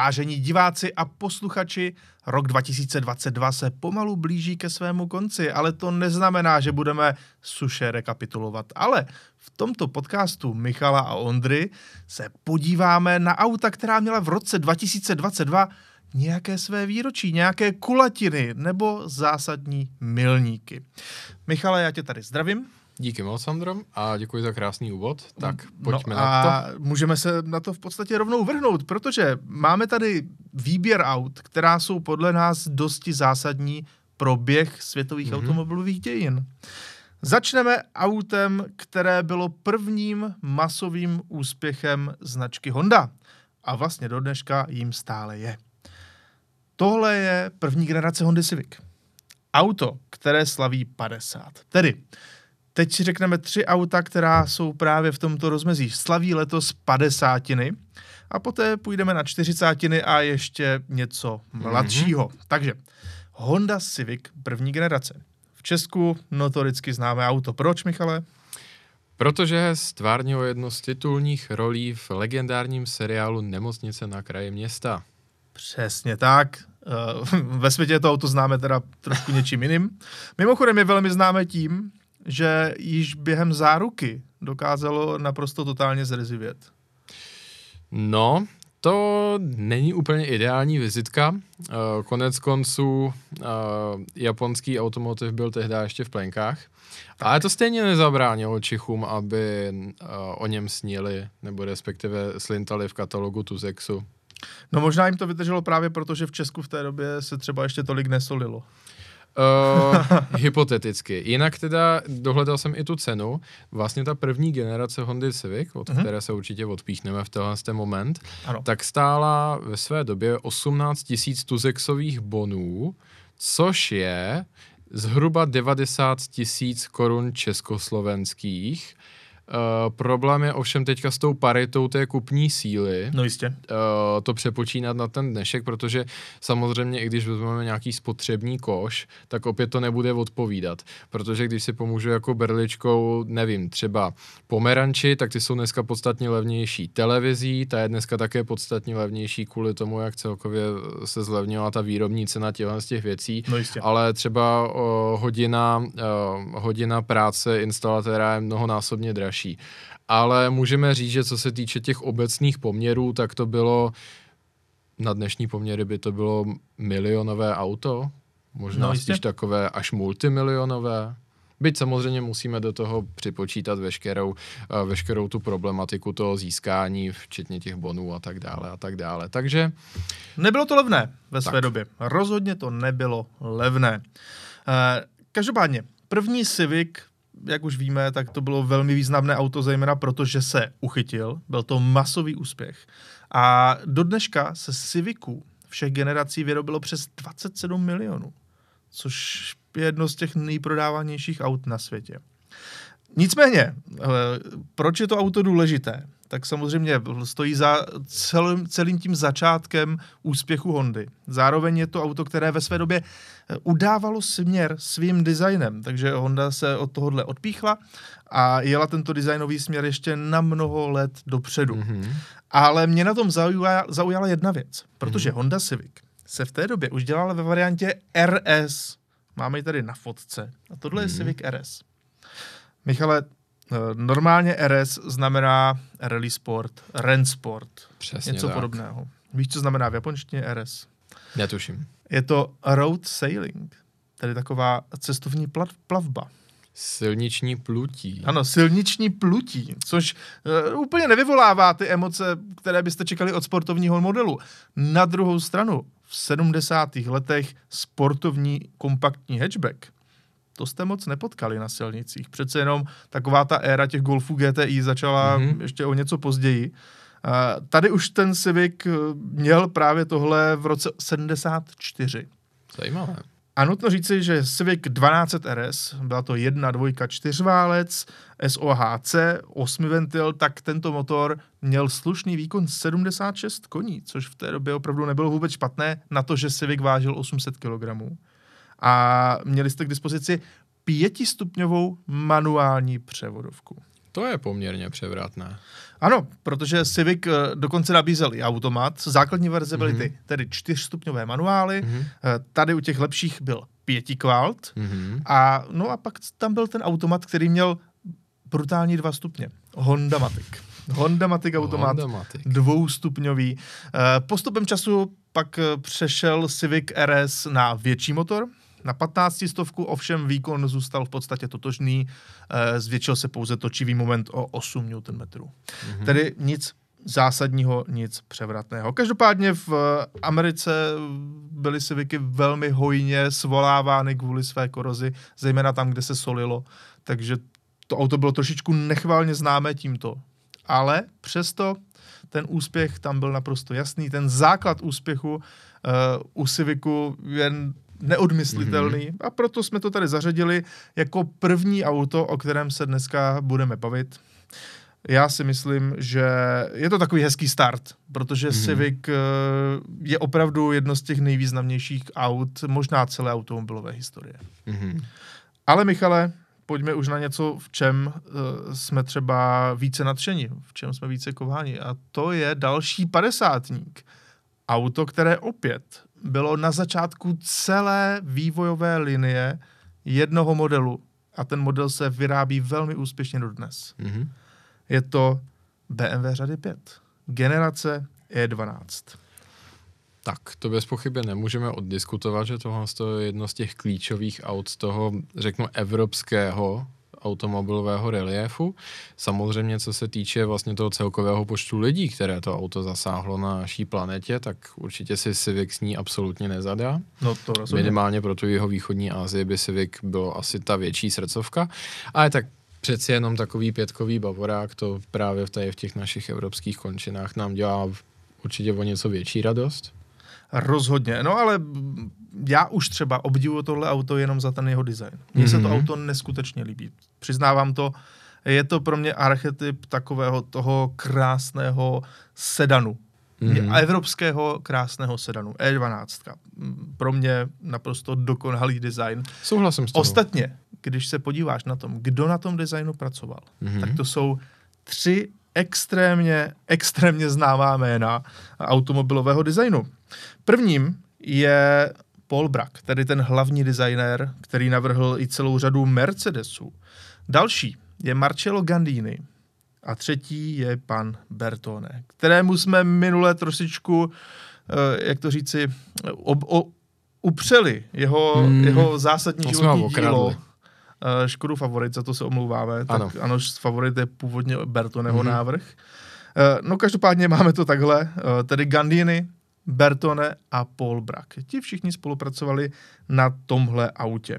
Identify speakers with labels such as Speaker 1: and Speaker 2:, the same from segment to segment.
Speaker 1: Vážení diváci a posluchači, rok 2022 se pomalu blíží ke svému konci, ale to neznamená, že budeme suše rekapitulovat. Ale v tomto podcastu Michala a Ondry se podíváme na auta, která měla v roce 2022 nějaké své výročí, nějaké kulatiny nebo zásadní milníky. Michale, já tě tady zdravím.
Speaker 2: Díky moc, Sandro, a děkuji za krásný úvod. Tak pojďme na to.
Speaker 1: A můžeme se na to v podstatě rovnou vrhnout, protože máme tady výběr aut, která jsou podle nás dosti zásadní pro běh světových automobilových dějin. Začneme autem, které bylo prvním masovým úspěchem značky Honda. A vlastně do dneška jím stále je. Tohle je první generace Hondy Civic. Auto, které slaví 50. Tedy teď si řekneme 3 auta, která jsou právě v tomto rozmezí. Slaví letos 50 a poté půjdeme na 40 a ještě něco mladšího. Takže Honda Civic první generace. V Česku notoricky známé auto. Proč, Michale?
Speaker 2: Protože stvárnilo jedno z titulních rolí v legendárním seriálu Nemocnice na kraji města.
Speaker 1: Přesně tak. Ve světě to auto známe teda trošku něčím jiným. Mimochodem je velmi známé tím, že již během záruky dokázalo naprosto totálně zrezivět.
Speaker 2: No, to není úplně ideální vizitka. Konec konců japonský automotiv byl tehdy ještě v plenkách. Tak. Ale to stejně nezabránilo Čechům, aby o něm snili, nebo respektive slintali v katalogu Tuzexu.
Speaker 1: No možná jim to vydrželo právě proto, že v Česku v té době se třeba ještě tolik nesolilo.
Speaker 2: Hypoteticky. Jinak teda dohledal jsem i tu cenu. Vlastně ta první generace Hondy Civic, od které se určitě odpíchneme v tenhle moment, tak stála ve své době 18 000 tuzexových bonů, což je zhruba 90 000 korun československých. Problém je ovšem teďka s tou paritou té kupní síly.
Speaker 1: No jistě.
Speaker 2: To přepočínat na ten dnešek, protože samozřejmě i když vezmeme nějaký spotřební koš, tak opět to nebude odpovídat. Protože když si pomůžu jako berličkou, nevím, třeba pomeranči, tak ty jsou dneska podstatně levnější televizí, ta je dneska také podstatně levnější kvůli tomu, jak celkově se zlevnila ta výrobní cena z těch věcí.
Speaker 1: No jistě.
Speaker 2: Ale třeba hodina práce instalatéra je mnohonásobně dražší. Ale můžeme říct, že co se týče těch obecných poměrů, tak to bylo, na dnešní poměry by to bylo milionové auto, možná spíš takové až multimilionové. Byť samozřejmě musíme do toho připočítat veškerou tu problematiku toho získání, včetně těch bonů a tak dále a tak dále. Takže
Speaker 1: nebylo to levné ve své době. Rozhodně to nebylo levné. Každopádně, první Civic, jak už víme, tak to bylo velmi významné auto, zejména protože se uchytil. Byl to masový úspěch. A do dneška se Civiců všech generací vyrobilo přes 27 milionů, což je jedno z těch nejprodávanějších aut na světě. Nicméně, proč je to auto důležité? Tak samozřejmě stojí za celým tím začátkem úspěchu Hondy. Zároveň je to auto, které ve své době udávalo směr svým designem, takže Honda se od tohohle odpíchla a jela tento designový směr ještě na mnoho let dopředu. Ale mě na tom zaujala jedna věc, protože Honda Civic se v té době už dělala ve variantě RS. Máme ji tady na fotce. A tohle je Civic RS. Michale, normálně RS znamená Rally Sport, Renn Sport.
Speaker 2: Přesně
Speaker 1: něco
Speaker 2: tak.
Speaker 1: podobného. Víš, co znamená v japonštině RS?
Speaker 2: Netuším.
Speaker 1: Je to road sailing, tedy taková cestovní plavba.
Speaker 2: Silniční plutí.
Speaker 1: Ano, silniční plutí, což úplně nevyvolává ty emoce, které byste čekali od sportovního modelu. Na druhou stranu, v 70. letech sportovní kompaktní hatchback, to jste moc nepotkali na silnicích. Přece jenom taková ta éra těch Golfů GTI začala ještě o něco později. Tady už ten Civic měl právě tohle v roce 74.
Speaker 2: Zajímavé.
Speaker 1: A nutno říci, že Civic 1200 RS, byla to 1, 2, 4válec, SOHC, 8 ventil, tak tento motor měl slušný výkon 76 koní, což v té době opravdu nebylo vůbec špatné, na to, že Civic vážil 800 kg. A měli jste k dispozici 5stupňovou manuální převodovku.
Speaker 2: To je poměrně převratné.
Speaker 1: Ano, protože Civic dokonce nabízel i automat. Základní verze byly ty, tedy 4stupňové manuály. Tady u těch lepších byl 5-kvalt. A pak tam byl ten automat, který měl brutální 2 stupně. Honda Matic automat, 2stupňový. Postupem času pak přešel Civic RS na větší motor, na 1500, ovšem výkon zůstal v podstatě totožný, zvětšil se pouze točivý moment o 8 Nm. Tedy nic zásadního, nic převratného. Každopádně v Americe byly Civicy velmi hojně svolávány kvůli své korozi, zejména tam, kde se solilo, takže to auto bylo trošičku nechvalně známé tímto. Ale přesto ten úspěch tam byl naprosto jasný. Ten základ úspěchu u Civicu je neodmyslitelný a proto jsme to tady zařadili jako první auto, o kterém se dneska budeme bavit. Já si myslím, že je to takový hezký start, protože Civic je opravdu jedno z těch nejvýznamnějších aut, možná celé automobilové historie. Ale Michale, pojďme už na něco, v čem jsme třeba více nadšeni, v čem jsme více kováni. A to je další 50. Auto, které opět bylo na začátku celé vývojové linie jednoho modelu. A ten model se vyrábí velmi úspěšně dodnes. Je to BMW řady 5. Generace E12.
Speaker 2: Tak, to bez pochyby nemůžeme oddiskutovat, že tohle je jedno z těch klíčových aut z toho, řeknu, evropského automobilového reliéfu. Samozřejmě, co se týče vlastně toho celkového počtu lidí, které to auto zasáhlo na naší planetě, tak určitě si Civic s ní absolutně nezadá.
Speaker 1: No to rozumím.
Speaker 2: Minimálně pro tu jeho východní Asii by Civic bylo asi ta větší srdcovka. Ale tak přeci jenom takový 5kový bavorák, to právě v těch našich evropských končinách nám dělá určitě o něco větší radost.
Speaker 1: Rozhodně, no ale já už třeba obdivuju tohle auto jenom za ten jeho design. Mně se to auto neskutečně líbí. Přiznávám to, je to pro mě archetyp takového toho krásného sedanu. Evropského krásného sedanu. E12. Pro mě naprosto dokonalý design.
Speaker 2: Souhlasím s tím.
Speaker 1: Ostatně, když se podíváš na tom, kdo na tom designu pracoval, tak to jsou 3 extrémně známá jména automobilového designu. Prvním je Paul Bracq, tedy ten hlavní designér, který navrhl i celou řadu Mercedesů. Další je Marcello Gandini a třetí je pan Bertone, kterému jsme minule trošičku, jak to říci, upřeli jeho zásadní životní dílo. Škodu Favorit, za to se omlouváme.
Speaker 2: Ano.
Speaker 1: Tak ano, Favorit je původně Bertoneho návrh. No každopádně máme to takhle, tedy Gandini, Bertone a Paul Bracq. Ti všichni spolupracovali na tomhle autě.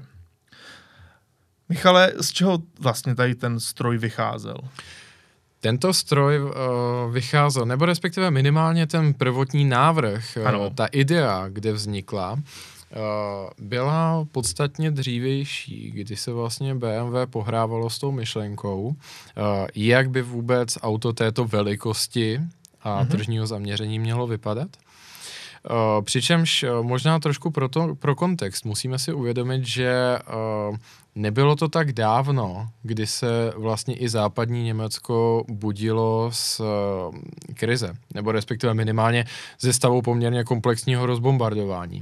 Speaker 1: Michale, z čeho vlastně tady ten stroj vycházel?
Speaker 2: Tento stroj vycházel, nebo respektive minimálně ten prvotní návrh, ta idea, kde vznikla, byla podstatně dřívější, kdy se vlastně BMW pohrávalo s tou myšlenkou, jak by vůbec auto této velikosti a tržního zaměření mělo vypadat. Přičemž možná trošku pro kontext musíme si uvědomit, že nebylo to tak dávno, kdy se vlastně i západní Německo budilo z krize, nebo respektive minimálně ze stavu poměrně komplexního rozbombardování.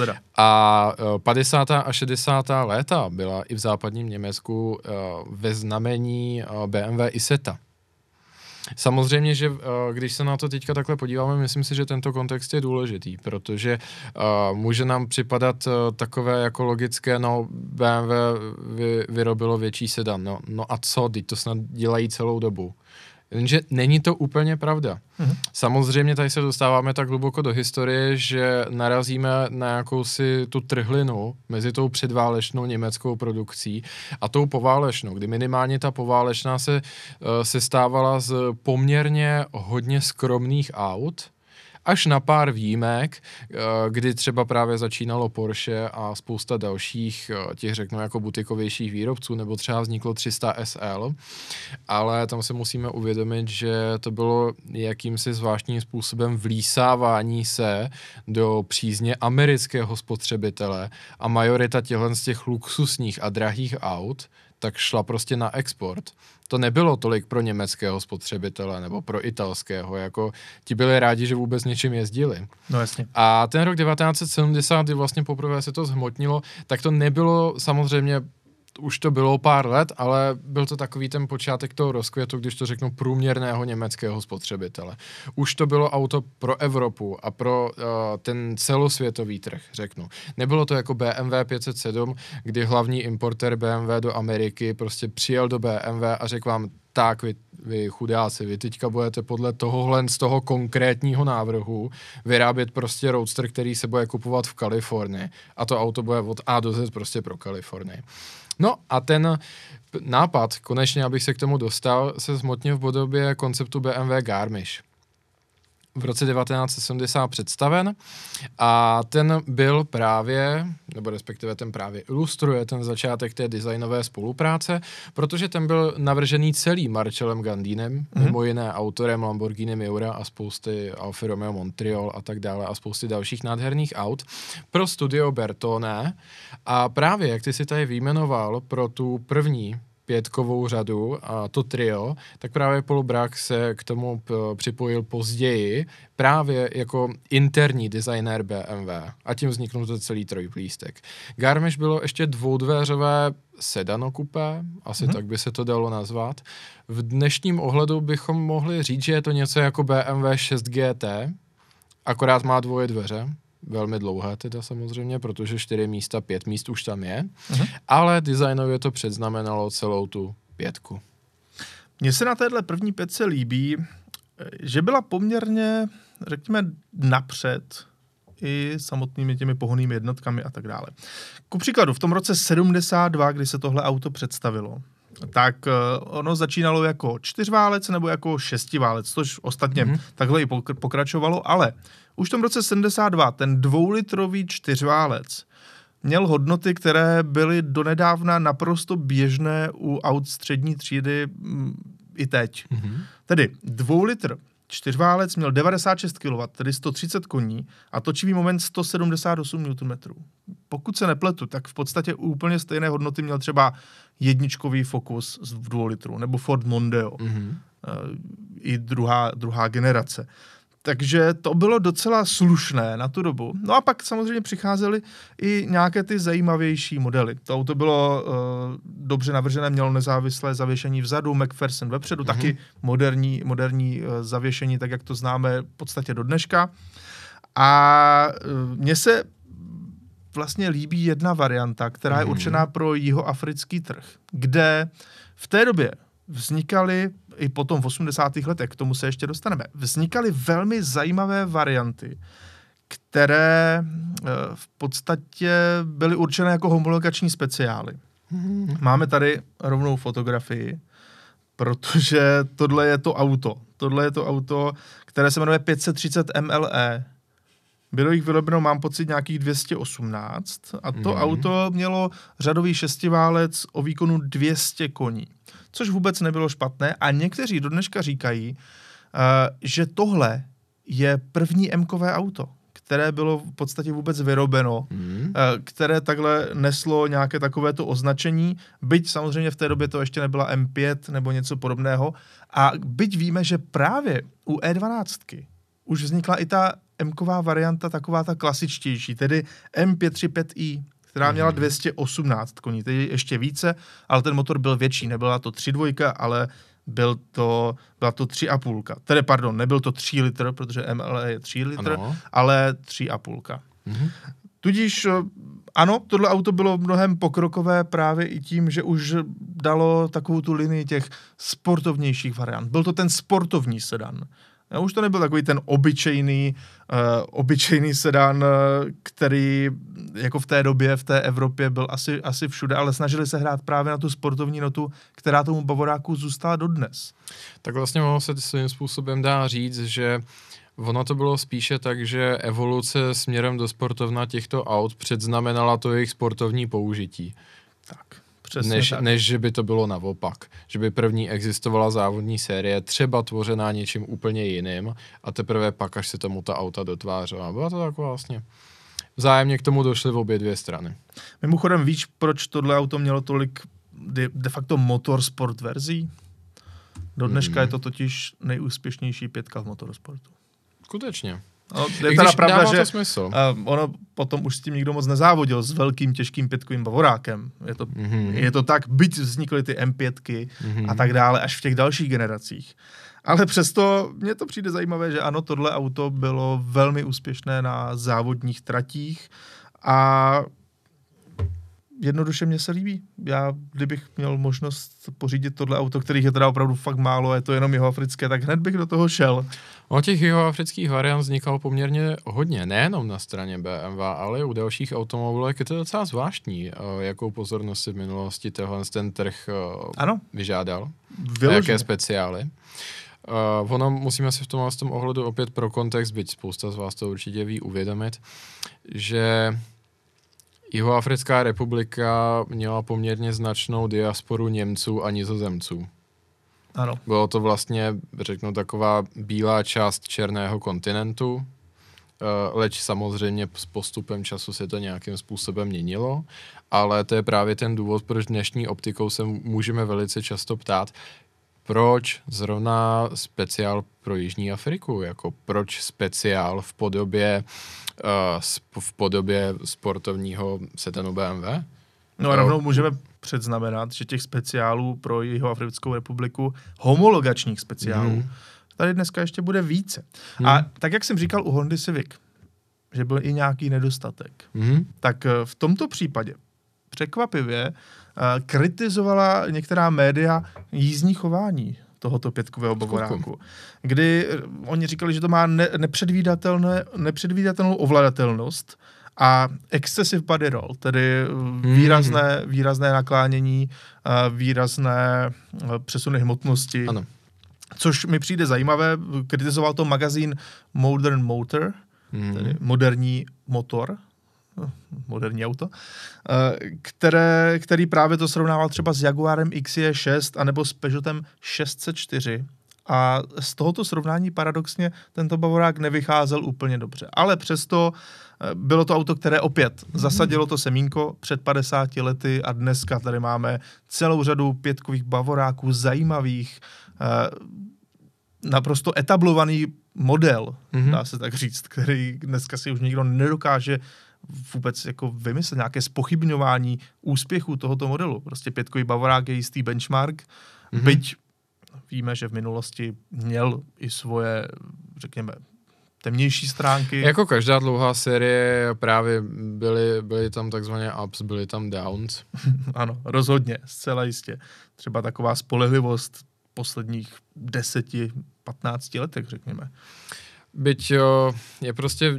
Speaker 2: A 50. a 60. léta byla i v západním Německu ve znamení BMW Isetta. Samozřejmě, že když se na to teďka takhle podíváme, myslím si, že tento kontext je důležitý, protože může nám připadat takové jako logické, no BMW vyrobilo větší sedan, no a co, teď to snad dělají celou dobu. Jenže není to úplně pravda. Samozřejmě tady se dostáváme tak hluboko do historie, že narazíme na jakousi tu trhlinu mezi tou předválečnou německou produkcí a tou poválečnou, kdy minimálně ta poválečná se stávala z poměrně hodně skromných aut, až na pár výjimek, kdy třeba právě začínalo Porsche a spousta dalších těch, řeknu, jako butikovějších výrobců, nebo třeba vzniklo 300 SL, ale tam se musíme uvědomit, že to bylo jakýmsi zvláštním způsobem vlísávání se do přízně amerického spotřebitele a majorita z těch luxusních a drahých aut tak šla prostě na export. To nebylo tolik pro německého spotřebitele nebo pro italského, jako ti byli rádi, že vůbec něčím jezdili.
Speaker 1: No jasně.
Speaker 2: A ten rok 1970, kdy vlastně poprvé se to zhmotnilo, tak to nebylo samozřejmě, už to bylo pár let, ale byl to takový ten počátek toho rozkvětu, když to řeknu, průměrného německého spotřebitele. Už to bylo auto pro Evropu a pro ten celosvětový trh, řeknu. Nebylo to jako BMW 507, kdy hlavní importér BMW do Ameriky prostě přijel do BMW a řekl vám, tak vy chudáci, vy teďka budete podle tohohle z toho konkrétního návrhu vyrábět prostě roadster, který se bude kupovat v Kalifornii a to auto bude od A do Z prostě pro Kalifornii. No a ten nápad, konečně, abych se k tomu dostal, se zhmotnil v podobě konceptu BMW Garmisch. V roce 1970 představen a ten byl právě, nebo respektive ten právě ilustruje ten začátek té designové spolupráce, protože ten byl navržený celý Marcellem Gandinem, mimo jiné autorem Lamborghini Miura a spousty Alfa Romeo Montreal a tak dále a spousty dalších nádherných aut pro studio Bertone a právě, jak ty si tady vyjmenoval, pro tu první pětkovou řadu a to trio, tak právě Paul Bracq se k tomu připojil později právě jako interní designér BMW a tím vzniknul to celý trojplístek. Garmisch bylo ještě dvoudvéřové sedano coupé, asi tak by se to dalo nazvat. V dnešním ohledu bychom mohli říct, že je to něco jako BMW 6 GT, akorát má dvoje dveře, velmi dlouhé teda samozřejmě, protože 4 místa, 5 míst už tam je, ale designově to předznamenalo celou tu pětku.
Speaker 1: Mně se na téhle první pětce líbí, že byla poměrně, řekněme, napřed i samotnými těmi pohonnými jednotkami a tak dále. Ku příkladu, v tom roce 72, kdy se tohle auto představilo, tak ono začínalo jako 4válec nebo jako 6válec, což ostatně takhle i pokračovalo, ale už v tom roce 72 ten 2litrový 4válec měl hodnoty, které byly donedávna naprosto běžné u aut střední třídy i teď. Tedy 2 litr 4válec měl 96 kW, tedy 130 koní a točivý moment 178 Nm. Pokud se nepletu, tak v podstatě úplně stejné hodnoty měl třeba jedničkový Focus v 2 litru, nebo Ford Mondeo. I druhá generace. Takže to bylo docela slušné na tu dobu. No a pak samozřejmě přicházely i nějaké ty zajímavější modely. To auto bylo dobře navržené, mělo nezávislé zavěšení vzadu, McPherson vepředu, taky moderní zavěšení, tak jak to známe v podstatě do dneška. A mně se vlastně líbí jedna varianta, která je určená pro jihoafrický trh, kde v té době vznikaly, i potom v 80. letech, k tomu se ještě dostaneme, vznikaly velmi zajímavé varianty, které v podstatě byly určené jako homologační speciály. Máme tady rovnou fotografii, protože tohle je to auto. Tohle je to auto, které se jmenuje 530 MLE. Bylo jich vyrobeno, mám pocit, nějakých 218 a to auto mělo řadový šestiválec o výkonu 200 koní, což vůbec nebylo špatné a někteří do dneška říkají, že tohle je první M-kové auto, které bylo v podstatě vůbec vyrobeno, které takhle neslo nějaké takovéto označení, byť samozřejmě v té době to ještě nebyla M5 nebo něco podobného a byť víme, že právě u E12 už vznikla i ta M-ková varianta, taková ta klasičtější, tedy M535i, která měla 218 koní, tedy ještě více, ale ten motor byl větší, nebyla to 3.2, ale byla to 3,5. Tedy pardon, nebyl to 3 litr, protože MLE je 3 litr, ale 3,5. Tudíž ano, tohle auto bylo mnohem pokrokové právě i tím, že už dalo takovou tu linii těch sportovnějších variant. Byl to ten sportovní sedan. Už to nebyl takový ten obyčejný sedan, který jako v té době, v té Evropě byl asi všude, ale snažili se hrát právě na tu sportovní notu, která tomu Bavoráku zůstala dodnes.
Speaker 2: Tak vlastně ono se svým způsobem dá říct, že ono to bylo spíše tak, že evoluce směrem do sportovna těchto aut předznamenala to jejich sportovní použití.
Speaker 1: Tak.
Speaker 2: Než že by to bylo naopak. Že by první existovala závodní série, třeba tvořená něčím úplně jiným a teprve pak, až se tomu ta auta dotvářela. Bylo to tak vlastně. Vzájemně k tomu došly v obě dvě strany.
Speaker 1: Mimochodem víš, proč tohle auto mělo tolik de facto motorsport verzí. Do dneška je to totiž nejúspěšnější 5 v motorsportu.
Speaker 2: Skutečně.
Speaker 1: No, je teda pravda, že
Speaker 2: smysl.
Speaker 1: Ono potom už s tím nikdo moc nezávodil s velkým těžkým 5kovým bavorákem. Je to tak, byť vznikly ty M5 a tak dále až v těch dalších generacích. Ale přesto mně to přijde zajímavé, že ano, tohle auto bylo velmi úspěšné na závodních tratích a jednoduše mně se líbí. Já, kdybych měl možnost pořídit tohle auto, kterých je teda opravdu fakt málo, je to jenom jihoafrické, tak hned bych do toho šel.
Speaker 2: O těch jihoafrických variant vznikalo poměrně hodně, nejenom na straně BMW, ale i u dalších automobilek. Je to docela zvláštní, jakou pozornost si v minulosti ten trh vyžádal.
Speaker 1: Vyloženě.
Speaker 2: Jaké speciály. Ono musíme si v tom ohledu opět pro kontext, byť spousta z vás to určitě ví, uvědomit, že Jihoafrická republika měla poměrně značnou diasporu Němců a Nizozemců.
Speaker 1: Ano.
Speaker 2: Bylo to vlastně, řeknu, taková bílá část černého kontinentu, leč samozřejmě s postupem času se to nějakým způsobem měnilo, ale to je právě ten důvod, proč dnešní optikou se můžeme velice často ptát, proč zrovna speciál pro Jižní Afriku, jako proč speciál v podobě sportovního setenu BMW?
Speaker 1: No a rovnou můžeme předznamenat, že těch speciálů pro Jihoafrickou republiku, homologačních speciálů, tady dneska ještě bude více. A tak, jak jsem říkal u Hondy Civic, že byl i nějaký nedostatek, tak v tomto případě překvapivě kritizovala některá média jízdní chování tohoto 5kového bavoráku, kdy oni říkali, že to má nepředvídatelnou ovladatelnost a excessive body roll, tedy výrazné naklánění, výrazné přesuny hmotnosti,
Speaker 2: ano.
Speaker 1: Což mi přijde zajímavé. Kritizoval to magazín Modern Motor, tedy moderní motor, moderní auto, který právě to srovnával třeba s Jaguarem XJ6 anebo s Peugeotem 604. A z tohoto srovnání paradoxně tento bavorák nevycházel úplně dobře. Ale přesto bylo to auto, které opět zasadilo to semínko před 50 lety a dneska tady máme celou řadu 5kových bavoráků, zajímavých, naprosto etablovaný model, dá se tak říct, který dneska si už nikdo nedokáže vůbec jako vymyslet, nějaké zpochybňování úspěchu tohoto modelu. Prostě 5kový bavorák je jistý benchmark, byť víme, že v minulosti měl i svoje, řekněme, temnější stránky.
Speaker 2: Jako každá dlouhá série právě byly tam takzvané ups, byly tam downs.
Speaker 1: Ano, rozhodně, zcela jistě. Třeba taková spolehlivost posledních 10-15 letech, řekněme.
Speaker 2: Byť je prostě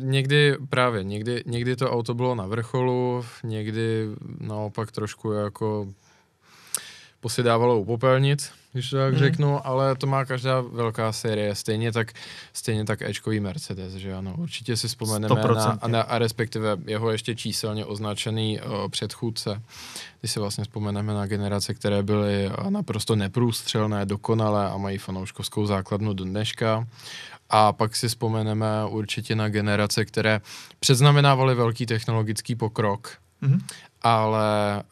Speaker 2: někdy to auto bylo na vrcholu, někdy naopak trošku jako posidávalo u popelnic, když to tak řeknu, ale to má každá velká série, stejně tak Ečkový Mercedes, že ano, určitě si vzpomeneme a respektive jeho ještě číselně označený předchůdce, když si vlastně vzpomeneme na generace, které byly naprosto neprůstřelné, dokonalé a mají fanouškovskou základnu do dneška. A pak si vzpomeneme určitě na generace, které předznamenávaly velký technologický pokrok, ale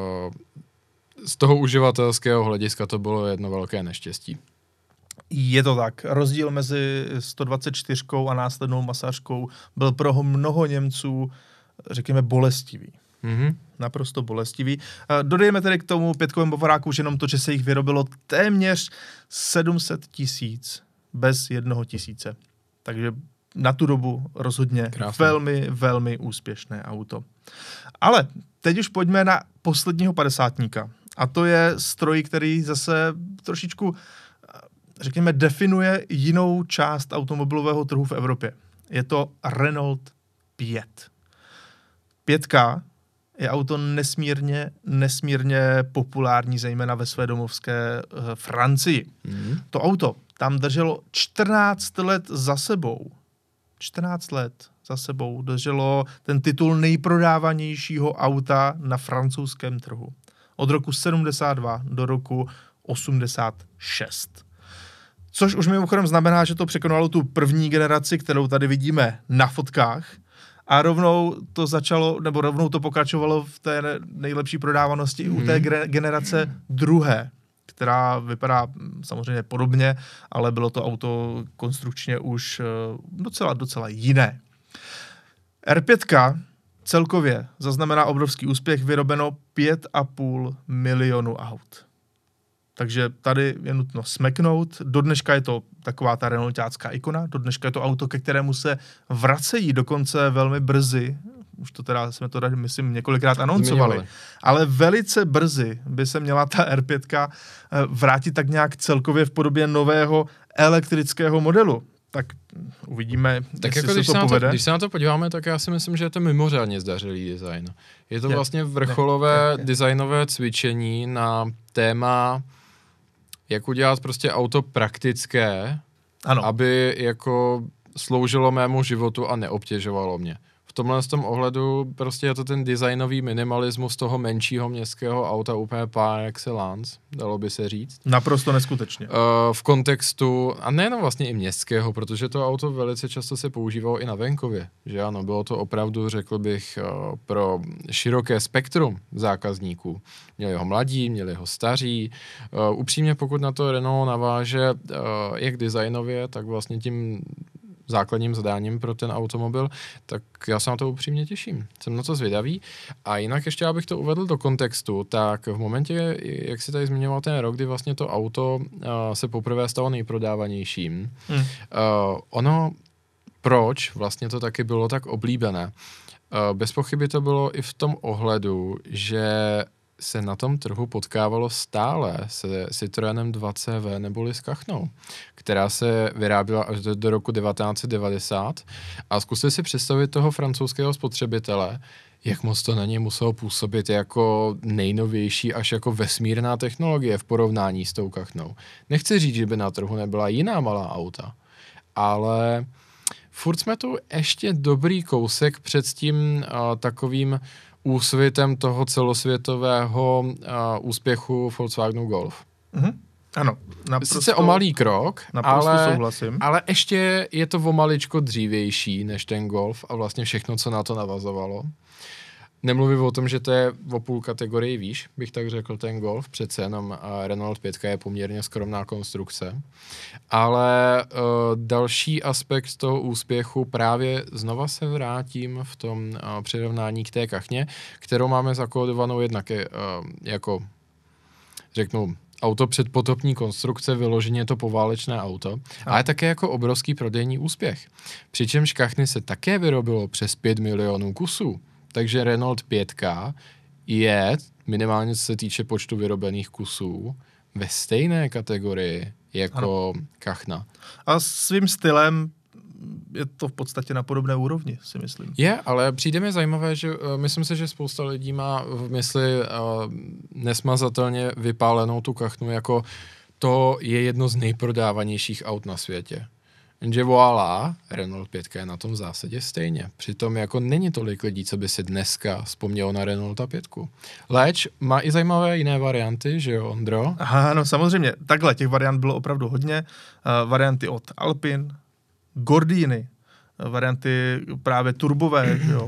Speaker 2: z toho uživatelského hlediska to bylo jedno velké neštěstí.
Speaker 1: Je to tak. Rozdíl mezi 124 a následnou masážkou byl pro mnoho Němců, řekněme, bolestivý. Naprosto bolestivý. Dodejme tedy k tomu 5kovému bavoráku už jenom to, že se jich vyrobilo téměř 700 000 bez 1 000. Takže na tu dobu rozhodně velmi, velmi úspěšné auto. Ale teď už pojďme na posledního padesátníka. A to je stroj, který zase trošičku, řekněme, definuje jinou část automobilového trhu v Evropě. Je to Renault 5. 5K je auto nesmírně populární, zejména ve své domovské Francii. To auto tam drželo 14 let za sebou. 14 let za sebou drželo ten titul nejprodávanějšího auta na francouzském trhu. Od roku 72 do roku 86. Což už mimochodem znamená, že to překonalo tu první generaci, kterou tady vidíme na fotkách. a rovnou to začalo, nebo rovnou to pokračovalo v té nejlepší prodávanosti u té generace druhé, která vypadá samozřejmě podobně, ale bylo to auto konstrukčně už docela jiné. R5 celkově zaznamená obrovský úspěch, vyrobeno 5,5 milionu aut. Takže tady je nutno smeknout. Do dneška je to taková ta renaultácká ikona, do dneška je to auto, ke kterému se vracejí dokonce velmi brzy. Už to teda, jsme to tady, myslím, několikrát anoncovali. Ale velice brzy by se měla ta R5 vrátit tak nějak celkově v podobě nového elektrického modelu. Tak uvidíme,
Speaker 2: tak
Speaker 1: jestli
Speaker 2: jako
Speaker 1: se to povede.
Speaker 2: Když se na to podíváme, tak já si myslím, že je to mimořádně zdařilý design. Je to vlastně vrcholové designové cvičení na téma, jak udělat prostě auto praktické, aby jako sloužilo mému životu a neobtěžovalo mě. V tomhle tom ohledu prostě je to ten designový minimalismus toho menšího městského auta úplně par excellence, dalo by se říct.
Speaker 1: Naprosto neskutečně.
Speaker 2: V kontextu, a nejenom vlastně i městského, protože to auto velice často se používalo i na venkově, že ano, bylo to opravdu, řekl bych, pro široké spektrum zákazníků. Měli ho mladí, měli ho staří. Upřímně, pokud na to Renault naváže jak designově, tak vlastně tím základním zadáním pro ten automobil, tak já se na to upřímně těším. Jsem na to zvědavý. A jinak ještě, abych to uvedl do kontextu, tak v momentě, jak si tady zmiňoval ten rok, kdy vlastně to auto se poprvé stalo nejprodávanějším, ono, proč vlastně to taky bylo tak oblíbené? Bez pochyby to bylo i v tom ohledu, že se na tom trhu potkávalo stále se Citroenem 2CV neboli s kachnou, která se vyráběla až do roku 1990 a zkuste si představit toho francouzského spotřebitele, jak moc to na něj muselo působit jako nejnovější až jako vesmírná technologie v porovnání s tou kachnou. Nechci říct, že by na trhu nebyla jiná malá auta, ale furt jsme tu ještě dobrý kousek před tím takovým úsvitem toho celosvětového úspěchu Volkswagenu Golf.
Speaker 1: Ano. Naprosto,
Speaker 2: sice o malý krok,
Speaker 1: souhlasím.
Speaker 2: Ale ještě je to o maličko dřívější než ten Golf a vlastně všechno, co na to navazovalo. Nemluvím o tom, že to je o půl kategorii výš, bych tak řekl, ten Golf, přece jenom Renault 5 je poměrně skromná konstrukce. Ale další aspekt toho úspěchu, právě znova se vrátím v tom přirovnání k té kachně, kterou máme zakódovanou jednak jako, řeknu, auto předpotopní konstrukce, vyloženě to poválečné auto, ale také jako obrovský prodejní úspěch. Přičemž kachny se také vyrobilo přes 5 milionů kusů. Takže Renault 5 je, minimálně co se týče počtu vyrobených kusů, ve stejné kategorii jako kachna.
Speaker 1: A svým stylem je to v podstatě na podobné úrovni, si myslím.
Speaker 2: Je, ale přijde mi zajímavé, že myslím si, že spousta lidí má v mysli nesmazatelně vypálenou tu kachnu, jako to je jedno z nejprodávanějších aut na světě. Jenže voilà, Renault 5 je na tom v zásadě stejně. Přitom jako není tolik lidí, co by si dneska vzpomnělo na Renaulta 5. Leč má i zajímavé jiné varianty, že jo, Ondro?
Speaker 1: Aha, no samozřejmě. Takhle, těch variant bylo opravdu hodně. Varianty od Alpine, Gordini, varianty právě turbové, jo,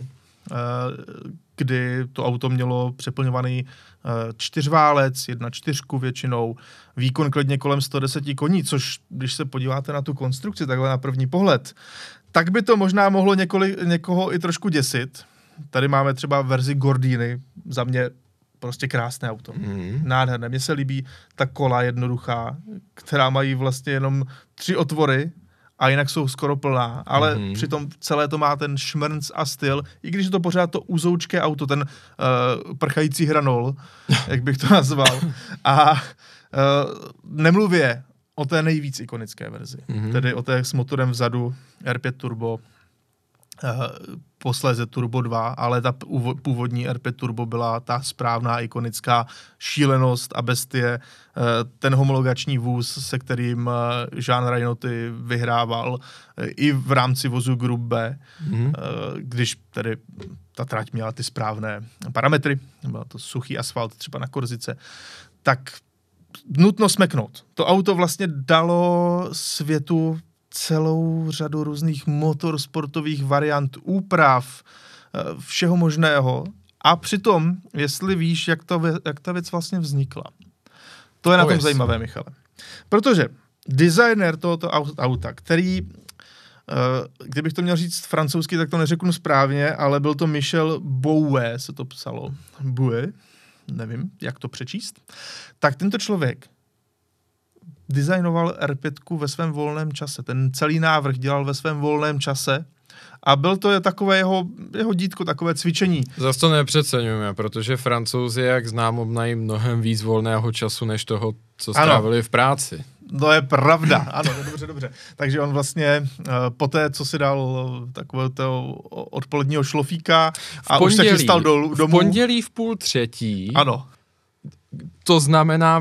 Speaker 1: kdy to auto mělo přeplňovaný čtyřválec, 1.4 většinou, výkon klidně kolem 110 koní, což když se podíváte na tu konstrukci takhle na první pohled, tak by to možná mohlo někoho i trošku děsit. Tady máme třeba verzi Gordini, za mě prostě krásné auto. Nádherné. Mně se líbí ta kola jednoduchá, která mají vlastně jenom 3 otvory, a jinak jsou skoro plná, ale přitom celé to má ten šmrnc a styl, i když je to pořád to uzoučké auto, ten prchající hranol, jak bych to nazval. A nemluvě o té nejvíc ikonické verzi, tedy o té s motorem vzadu R5 Turbo, posléze Turbo 2, ale ta původní R5 Turbo byla ta správná ikonická šílenost a bestie, ten homologační vůz, se kterým Jean Reynoty vyhrával i v rámci vozu Group B, když tedy ta trať měla ty správné parametry, byl to suchý asfalt třeba na Korzice, tak nutno smeknout. To auto vlastně dalo světu celou řadu různých motorsportových variant, úprav, všeho možného. A přitom, jestli víš, jak ta věc vlastně vznikla. To je na tom zajímavé, Michale. Protože designer tohoto auta, který, kdybych to měl říct francouzsky, tak to neřeknu správně, ale byl to Michel Bouet, se to psalo. Bouet, nevím, jak to přečíst. Tak tento člověk designoval R5 ve svém volném čase. Ten celý návrh dělal ve svém volném čase a byl to takové jeho dítko, takové cvičení.
Speaker 2: Zas to nepřeceňujeme, protože Francouzi, jak znám, obnají mnohem víc volného času, než toho, co strávili v práci.
Speaker 1: To je pravda, ano, dobře. Takže on vlastně poté, co si dal takového toho odpoledního šlofíka a už se chystal domů.
Speaker 2: V pondělí v 2:30.
Speaker 1: Ano.
Speaker 2: To znamená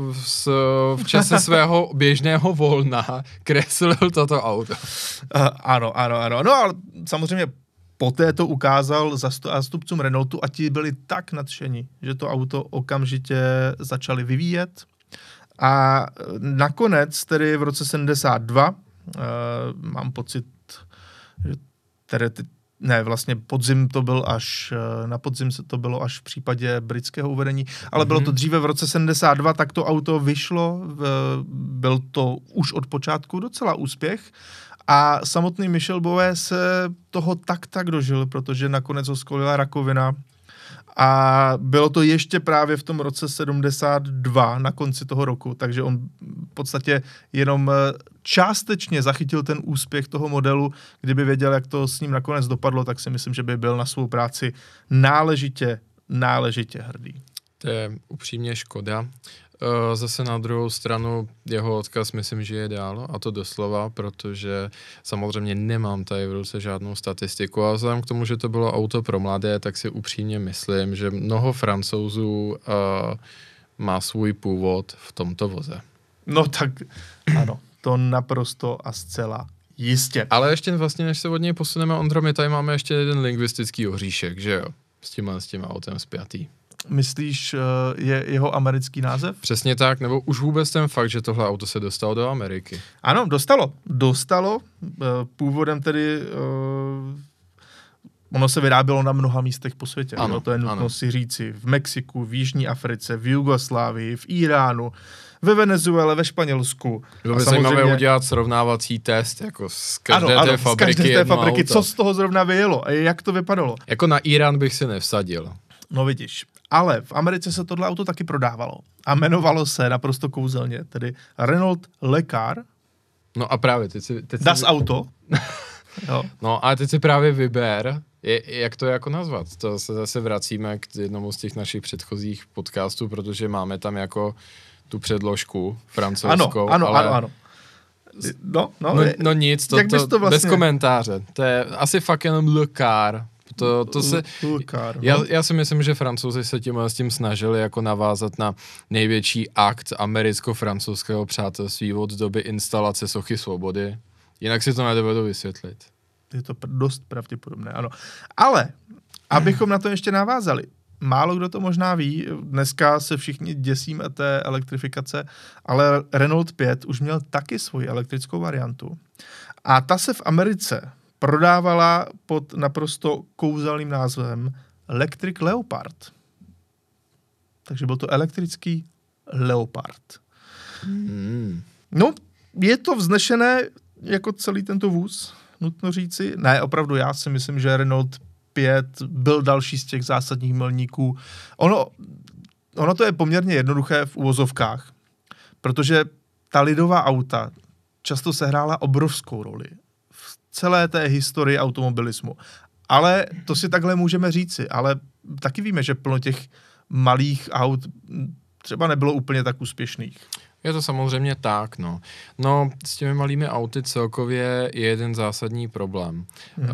Speaker 2: v čase svého běžného volna kreslil toto auto.
Speaker 1: Ano. No ale samozřejmě poté to ukázal zástupcům Renaultu a ti byli tak nadšení, že to auto okamžitě začali vyvíjet. A nakonec, tedy v roce 72, mám pocit, že vlastně podzim to byl na podzim se to bylo až v případě britského uvedení, ale bylo to dříve v roce 72, tak to auto vyšlo, byl to už od počátku docela úspěch a samotný Michel Bouet se toho tak dožil, protože nakonec ho skolila rakovina. A bylo to ještě právě v tom roce 72 na konci toho roku, takže on v podstatě jenom částečně zachytil ten úspěch toho modelu. Kdyby věděl, jak to s ním nakonec dopadlo, tak si myslím, že by byl na svou práci náležitě hrdý.
Speaker 2: To je upřímně škoda. Zase na druhou stranu jeho odkaz myslím, že je dál, a to doslova, protože samozřejmě nemám tady v ruce žádnou statistiku a vzhledem k tomu, že to bylo auto pro mladé, tak si upřímně myslím, že mnoho Francouzů má svůj původ v tomto voze.
Speaker 1: No tak ano, to naprosto a zcela jistě.
Speaker 2: Ale ještě vlastně, než se od něj posuneme, Ondro, my tady máme ještě jeden lingvistický oříšek, že jo? S tím autem spjatý.
Speaker 1: Myslíš, je jeho americký název?
Speaker 2: Přesně tak, nebo už vůbec ten fakt, že tohle auto se dostalo do Ameriky.
Speaker 1: Ano, dostalo. Původem tedy ono se vyrábělo na mnoha místech po světě.
Speaker 2: Ano,
Speaker 1: to je nutno si říci. V Mexiku, v Jižní Africe, v Jugoslávii, v Iránu, ve Venezuele, ve Španělsku.
Speaker 2: Bylo by zajímavé udělat srovnávací test jako z každé té fabriky.
Speaker 1: Co z toho zrovna vyjelo a jak to vypadalo?
Speaker 2: Jako na Irán bych si nevsadil.
Speaker 1: No vidíš. Ale v Americe se tohle auto taky prodávalo. A jmenovalo se naprosto kouzelně, tedy Renault Le Car.
Speaker 2: No a právě teď
Speaker 1: Das Auto.
Speaker 2: Jo. No a teď si právě vyber, jak to jako nazvat. To se zase vracíme k jednomu z těch našich předchozích podcastů, protože máme tam jako tu předložku francouzskou.
Speaker 1: Ano.
Speaker 2: No nic, to vlastně... bez komentáře. To je asi fakt jenom Le Car. Já si myslím, že Francouzi se s tím snažili jako navázat na největší akt americko-francouzského přátelství od doby instalace Sochy svobody. Jinak si to nedovedu vysvětlit.
Speaker 1: Je to dost pravděpodobné, ano. Ale, abychom na to ještě navázali, málo kdo to možná ví, dneska se všichni děsíme té elektrifikace, ale Renault 5 už měl taky svoji elektrickou variantu. A ta se v Americe prodávala pod naprosto kouzelným názvem Electric Leopard. Takže byl to elektrický Leopard. No, je to vznešené jako celý tento vůz, nutno říci. Ne, opravdu, já si myslím, že Renault 5 byl další z těch zásadních milníků. Ono to je poměrně jednoduché v uvozovkách, protože ta lidová auta často sehrála obrovskou roli v celé té historii automobilismu. Ale to si takhle můžeme říci, ale taky víme, že plno těch malých aut třeba nebylo úplně tak úspěšných.
Speaker 2: Je to samozřejmě tak, no. No, s těmi malými auty celkově je jeden zásadní problém.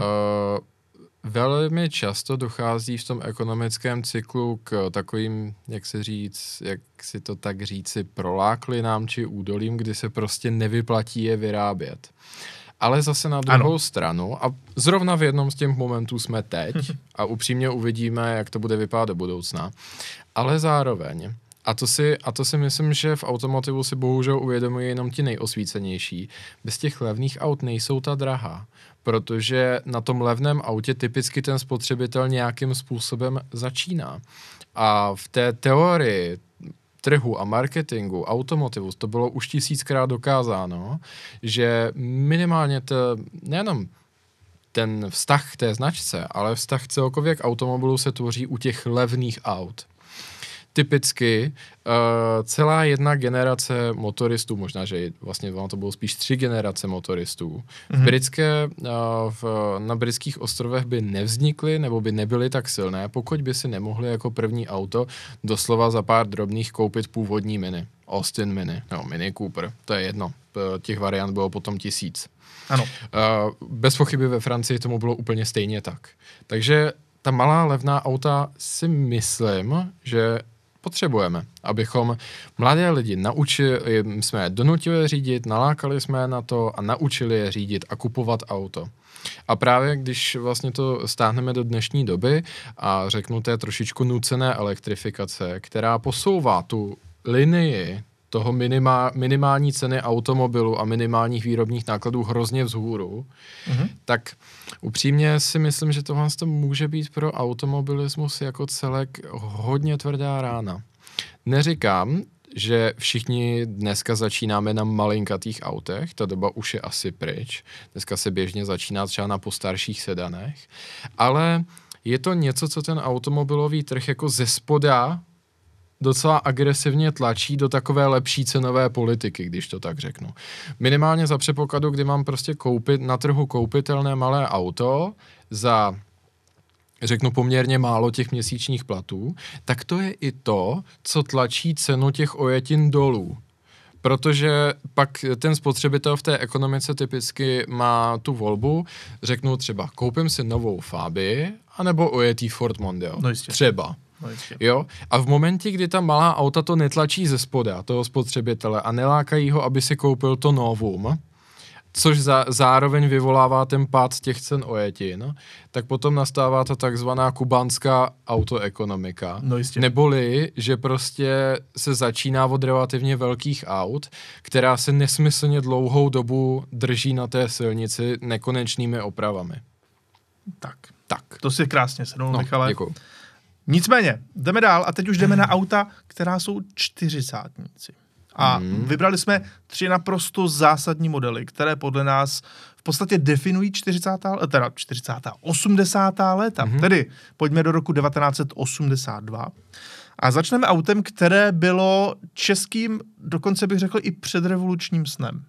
Speaker 2: Velmi často dochází v tom ekonomickém cyklu k takovým, jak si to tak říci, proláklinám či údolím, kdy se prostě nevyplatí je vyrábět. Ale zase na druhou stranu, a zrovna v jednom z těch momentů jsme teď, a upřímně uvidíme, jak to bude vypadat do budoucna, ale zároveň, A to si myslím, že v automotivu si bohužel uvědomují jenom ti nejosvícenější. Bez těch levných aut nejsou ta drahá, protože na tom levném autě typicky ten spotřebitel nějakým způsobem začíná. A v té teorii trhu a marketingu, automotivu, to bylo už 1000krát dokázáno, že minimálně nejenom ten vztah k té značce, ale vztah celkově k automobilu se tvoří u těch levných aut. Typicky celá jedna generace motoristů, možná, že vlastně to bylo spíš 3 generace motoristů, na britských ostrovech by nevznikly nebo by nebyly tak silné, pokud by si nemohli jako první auto doslova za pár drobných koupit původní Mini. Austin Mini, no Mini Cooper, to je jedno. Těch variant bylo potom 1000.
Speaker 1: Ano.
Speaker 2: Bez pochyby ve Francii tomu bylo úplně stejně tak. Takže ta malá levná auta si myslím, že potřebujeme, abychom mladé lidi jsme je donutili řídit, nalákali jsme je na to a naučili je řídit a kupovat auto. A právě když vlastně to stáhneme do dnešní doby a řeknu té trošičku nucené elektrifikace, která posouvá tu linii toho minimální ceny automobilu a minimálních výrobních nákladů hrozně vzhůru, tak upřímně si myslím, že tohle může být pro automobilismus jako celek hodně tvrdá rána. Neříkám, že všichni dneska začínáme na malinkatých autech, ta doba už je asi pryč, dneska se běžně začíná třeba na postarších sedanech, ale je to něco, co ten automobilový trh jako ze spoda docela agresivně tlačí do takové lepší cenové politiky, když to tak řeknu. Minimálně za předpokladu, kdy mám prostě na trhu koupitelné malé auto za, řeknu, poměrně málo těch měsíčních platů, tak to je i to, co tlačí cenu těch ojetin dolů. Protože pak ten spotřebitel v té ekonomice typicky má tu volbu, řeknu třeba, koupím si novou Fabii, anebo ojetý Ford Mondeo.
Speaker 1: No jistě.
Speaker 2: Třeba.
Speaker 1: No jistě.
Speaker 2: Jo? A v momentě, kdy ta malá auta to netlačí ze spoda, toho spotřebitele, a nelákají ho, aby si koupil to novum, což zároveň vyvolává ten pád těch cen ojetin, tak potom nastává ta takzvaná kubánská autoekonomika.
Speaker 1: No jistě.
Speaker 2: Neboli, že prostě se začíná od relativně velkých aut, která se nesmyslně dlouhou dobu drží na té silnici nekonečnými opravami.
Speaker 1: Tak.
Speaker 2: Tak.
Speaker 1: To si krásně sednul, Michale.
Speaker 2: Děkuju.
Speaker 1: Nicméně, jdeme dál a teď už jdeme na auta, která jsou čtyřicátníci. A vybrali jsme 3 naprosto zásadní modely, které podle nás v podstatě definují 80. léta. Tedy pojďme do roku 1982. A začneme autem, které bylo českým, dokonce bych řekl i předrevolučním snem.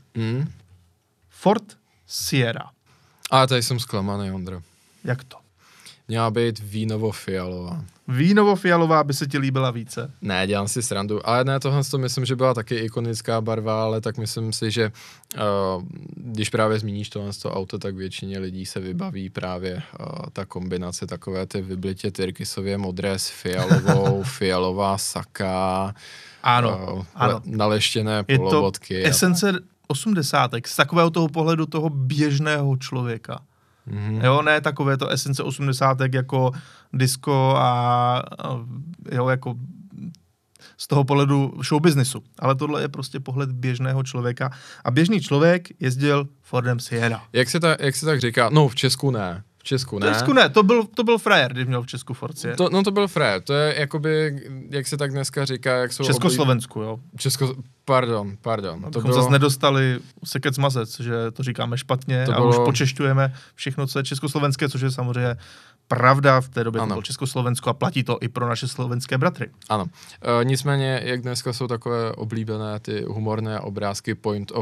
Speaker 1: Ford Sierra.
Speaker 2: A tady jsem zklamaný, Ondro.
Speaker 1: Jak to?
Speaker 2: Měla být vínovo-fialová.
Speaker 1: Vínovo-fialová by se ti líbila více?
Speaker 2: Ne, dělám si srandu. Ale ne, tohle to myslím, že byla taky ikonická barva, ale tak myslím si, že když právě zmíníš tohle auto, tak většině lidí se vybaví právě ta kombinace takové ty vyblitě tyrkysově modré s fialovou, fialová saka,
Speaker 1: ano.
Speaker 2: naleštěné polobotky.
Speaker 1: Je to esence 80. z takového toho pohledu toho běžného člověka. Jo, ne takové to esence 80. jako disco a jo, jako z toho pohledu showbiznisu. Ale tohle je prostě pohled běžného člověka. A běžný člověk jezdil Fordem Sierra.
Speaker 2: Jak se tak říká? No, v Česku ne. V Česku ne,
Speaker 1: to byl frajer, když měl v Česku Ford Sierra.
Speaker 2: To byl frajer, to je jakoby, jak se tak dneska říká, jak jsou...
Speaker 1: Československu, jo.
Speaker 2: Pardon.
Speaker 1: Abychom zase nedostali sekec mazec, že to říkáme špatně a už počešťujeme všechno, co je československé, což je samozřejmě pravda, v té době to bylo Československo a platí to i pro naše slovenské bratry.
Speaker 2: Ano. Nicméně, jak dneska jsou takové oblíbené ty humorné obrázky point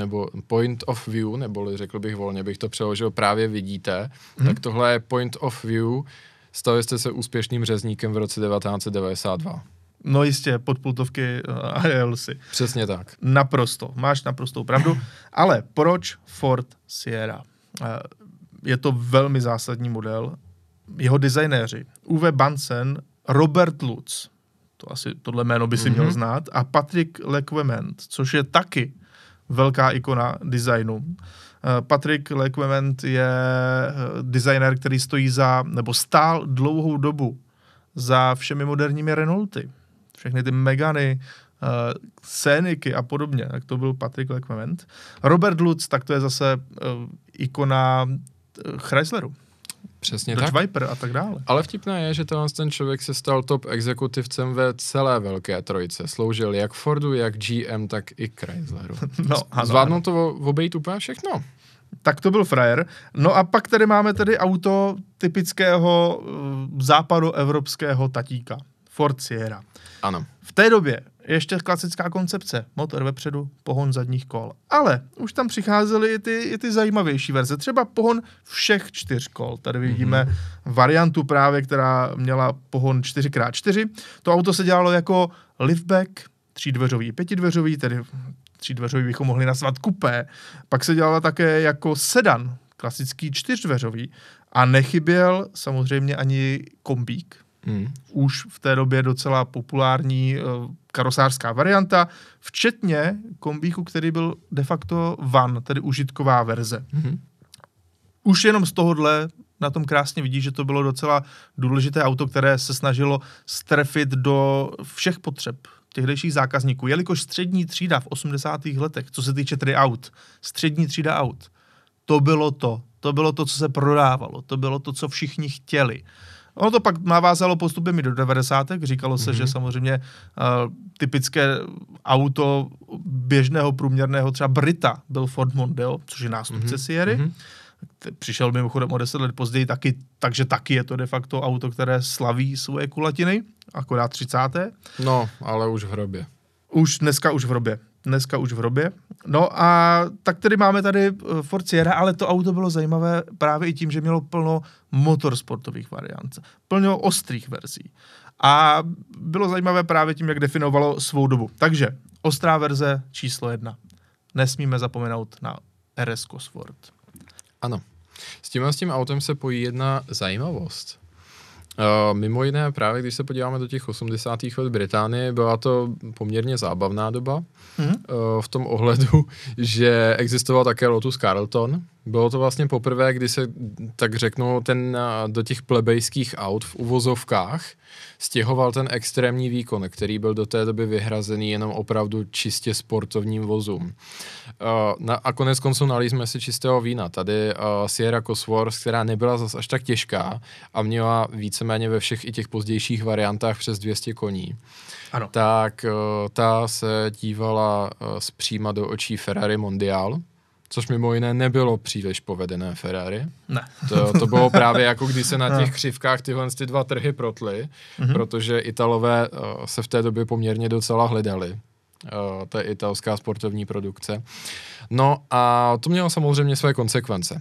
Speaker 2: of view, neboli řekl bych volně, bych to přeložil, právě vidíte, tak tohle je point of view, stali jste se úspěšným řezníkem v roce 1992.
Speaker 1: No jistě, podpultovky a jel si.
Speaker 2: Přesně tak.
Speaker 1: Máš naprostou pravdu. Ale proč Ford Sierra? Je to velmi zásadní model. Jeho designéři Uwe Bunsen, Robert Lutz, tohle jméno by si měl znát, a Patrick Lequement, což je taky velká ikona designu. Patrick Lequement je designér, který stál dlouhou dobu za všemi moderními Renaulty. všechny ty Megany, Scéniky a podobně, tak to byl Patrick LeClement. Robert Lutz, tak to je zase ikona Chrysleru.
Speaker 2: Přesně
Speaker 1: Dodge
Speaker 2: tak.
Speaker 1: Viper a tak dále.
Speaker 2: Ale vtipné je, že ten člověk se stal top exekutivcem ve celé velké trojce. Sloužil jak Fordu, jak GM, tak i Chrysleru.
Speaker 1: No, ano,
Speaker 2: Zvládnul to obejít úplně všechno.
Speaker 1: Tak to byl frajer. No a pak tady máme tedy auto typického západoevropského tatíka. Ford Sierra.
Speaker 2: Ano.
Speaker 1: V té době ještě klasická koncepce. Motor vepředu, pohon zadních kol. Ale už tam přicházely i ty zajímavější verze. Třeba pohon všech 4 kol. Tady vidíme variantu právě, která měla pohon 4x4. To auto se dělalo jako liftback, 3dveřový, 5dveřový, tedy 3dveřový bychom mohli nazvat kupé. Pak se dělala také jako sedan, klasický 4dveřový. A nechyběl samozřejmě ani kombík. Už v té době docela populární karosářská varianta, včetně kombíku, který byl de facto van, tedy užitková verze. Už jenom z tohohle na tom krásně vidí, že to bylo docela důležité auto, které se snažilo strefit do všech potřeb těchto zákazníků. Jelikož střední třída v 80. letech, co se týče tedy aut, střední třída aut, to bylo to, co se prodávalo, to bylo to, co všichni chtěli. Ono to pak navázalo postupem i do 90. Říkalo se, že samozřejmě typické auto běžného průměrného třeba Brita byl Ford Mondeo, což je nástupce Sierry. Přišel mimochodem o 10 let později taky, takže taky je to de facto auto, které slaví svoje kulatiny, akorát 30.
Speaker 2: No, ale už v hrobě.
Speaker 1: Dneska už v hrobě. No a tak tedy máme tady Ford Sierra, ale to auto bylo zajímavé právě i tím, že mělo plno motorsportových variant, plno ostrých verzí. A bylo zajímavé právě tím, jak definovalo svou dobu. Takže ostrá verze číslo 1. Nesmíme zapomenout na RS Cosworth.
Speaker 2: Ano. S tím autem se pojí jedna zajímavost. Mimo jiné, právě když se podíváme do těch 80. let Británie, byla to poměrně zábavná doba v tom ohledu, že existoval také Lotus Carlton. Bylo to vlastně poprvé, kdy se, tak řeknu, do těch plebejských aut v uvozovkách stěhoval ten extrémní výkon, který byl do té doby vyhrazený jenom opravdu čistě sportovním vozům. A konec konců nalízme si čistého vína. Tady Sierra Cosworth, která nebyla zas až tak těžká a měla víceméně ve všech i těch pozdějších variantách přes 200 koní.
Speaker 1: Ano.
Speaker 2: Tak ta se dívala zpříma do očí Ferrari Mondial, což mimo jiné nebylo příliš povedené Ferrari.
Speaker 1: Ne.
Speaker 2: To bylo právě jako když se na těch křivkách tyhle ty dva trhy protly, protože Italové se v té době poměrně docela hledali. To je italská sportovní produkce. No a to mělo samozřejmě své konsekvence.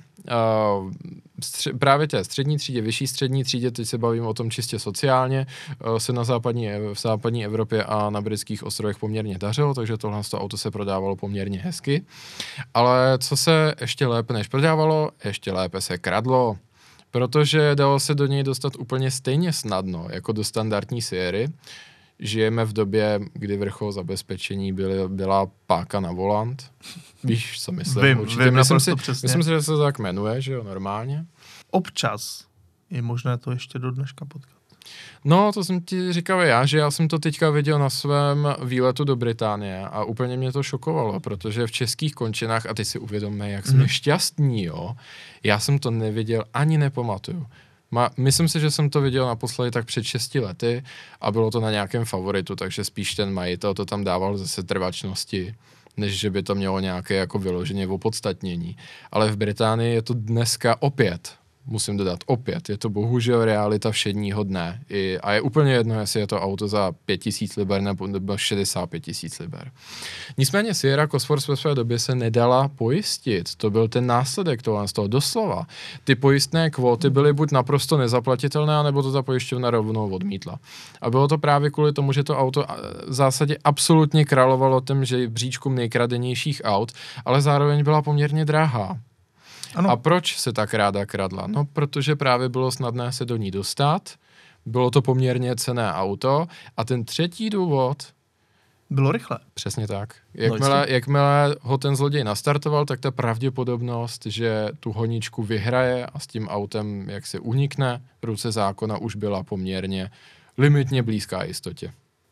Speaker 2: Právě té střední třídě, vyšší střední třídě, teď se bavím o tom čistě sociálně, se v západní Evropě a na britských ostrovech poměrně dařilo, takže tohle auto se prodávalo poměrně hezky. Ale co se ještě lépe než prodávalo, ještě lépe se kradlo, protože dalo se do něj dostat úplně stejně snadno, jako do standardní Sierry. Žijeme v době, kdy vrchol zabezpečení byla páka na volant. Víš, co myslím?
Speaker 1: Vím,
Speaker 2: myslím si, že se to tak jmenuje, že jo, normálně.
Speaker 1: Občas je možné to ještě do dneška potkat.
Speaker 2: No, to jsem ti říkal že já jsem to teďka viděl na svém výletu do Británie a úplně mě to šokovalo, protože v českých končinách, a teď si uvědomme, jak jsme šťastní, jo, já jsem to neviděl, ani nepamatuju. Myslím si, že jsem to viděl naposledy tak před 6 lety a bylo to na nějakém favoritu, takže spíš ten majitel to tam dával ze setrvačnosti, než že by to mělo nějaké jako vyloženě opodstatnění. Ale v Británii je to dneska opět, musím dodat opět, je to bohužel realita všedního dne. A je úplně jedno, jestli je to auto za 5000 liber nebo 65 000 liber. Nicméně Sierra Cosworth ve své době se nedala pojistit. To byl ten následek toho z toho doslova. Ty pojistné kvóty byly buď naprosto nezaplatitelné, nebo to ta pojišťovna rovnou odmítla. A bylo to právě kvůli tomu, že to auto v zásadě absolutně královalo tím žebříčkům nejkradenějších aut, ale zároveň byla poměrně drahá. Ano. A proč se tak ráda kradla? No, protože právě bylo snadné se do ní dostat, bylo to poměrně cenné auto a ten třetí důvod...
Speaker 1: Bylo rychle.
Speaker 2: Přesně tak. Jakmile ho ten zloděj nastartoval, tak ta pravděpodobnost, že tu honičku vyhraje a s tím autem jak se unikne v ruce zákona, už byla poměrně limitně blízká jistotě.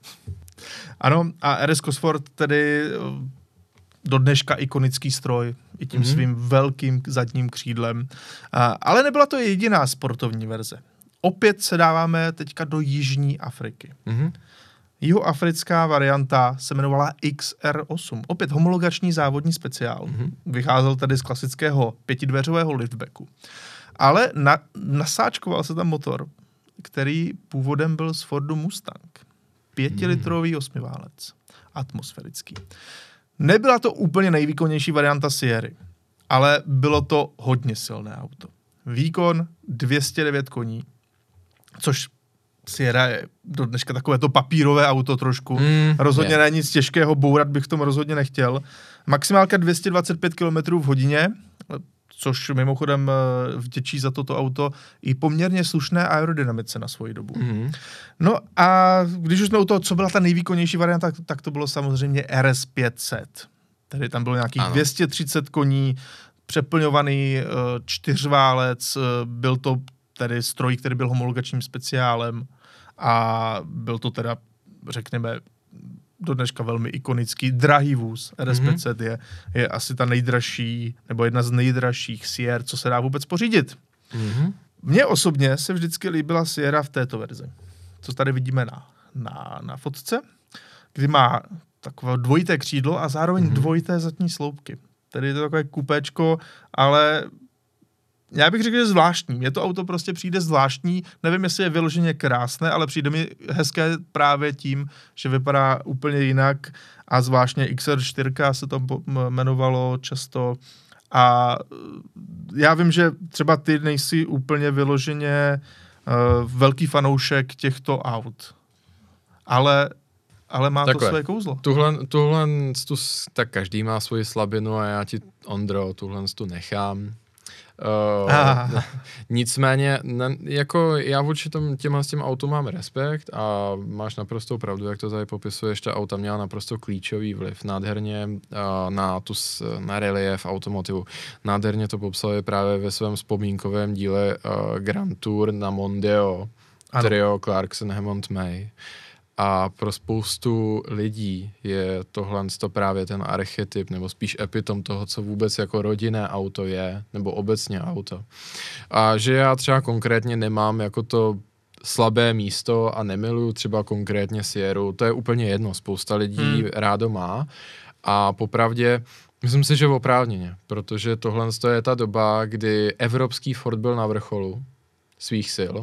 Speaker 1: Ano, a RS Cosworth tedy do dneška ikonický stroj i tím svým velkým zadním křídlem. Ale nebyla to jediná sportovní verze. Opět se dáváme teďka do Jižní Afriky. Jihoafrická varianta se jmenovala XR8. Opět homologační závodní speciál. Vycházel tedy z klasického 5dveřového liftbacku. Ale nasáčkoval se tam motor, který původem byl z Fordu Mustang. 5litrový osmiválec. Atmosférický. Nebyla to úplně nejvýkonnější varianta Sierry, ale bylo to hodně silné auto. Výkon 209 koní, což Sierra je do dneška takové to papírové auto trošku. Rozhodně není nic těžkého, bourat bych v tom rozhodně nechtěl. Maximálka 225 km v hodině, což mimochodem vděčí za toto auto i poměrně slušné aerodynamice na svoji dobu. No a když už jsme u toho, co byla ta nejvýkonnější varianta, tak to bylo samozřejmě RS 500. Tady tam bylo nějakých 230 koní, přeplňovaný čtyřválec, byl to tedy stroj, který byl homologačním speciálem a byl to teda, řekněme, do dneška velmi ikonický, drahý vůz. RS500 je asi ta nejdražší, nebo jedna z nejdražších Sierra, co se dá vůbec pořídit. Mně osobně se vždycky líbila Sierra v této verzi. Co tady vidíme na fotce, kdy má takové dvojité křídlo a zároveň dvojité zadní sloupky. Tedy je to takové kupéčko, ale já bych řekl, že zvláštní. Mně to auto prostě přijde zvláštní. Nevím, jestli je vyloženě krásné, ale přijde mi hezké právě tím, že vypadá úplně jinak a zvláštně XR4 se to jmenovalo často. A já vím, že třeba ty nejsi úplně vyloženě velký fanoušek těchto aut. Ale má takhle, to své kouzlo.
Speaker 2: Tuhle tak každý má svoji slabinu a já ti, Ondro, tuhle tu nechám. Nicméně, jako já vůči s tím autům mám respekt a máš naprostou pravdu, jak to tady popisuješ, ta auta měla naprosto klíčový vliv, nádherně na relief automotivu. Nádherně to popsali právě ve svém vzpomínkovém díle Grand Tour na Mondeo, trio Clarkson, Hammond, May. A pro spoustu lidí je tohle právě ten archetyp, nebo spíš epitom toho, co vůbec jako rodinné auto je, nebo obecně auto. A že já třeba konkrétně nemám jako to slabé místo a nemiluju třeba konkrétně Sierru, to je úplně jedno, spousta lidí rádo má. A popravdě, myslím si, že oprávněně, protože tohle je ta doba, kdy evropský Ford byl na vrcholu svých sil.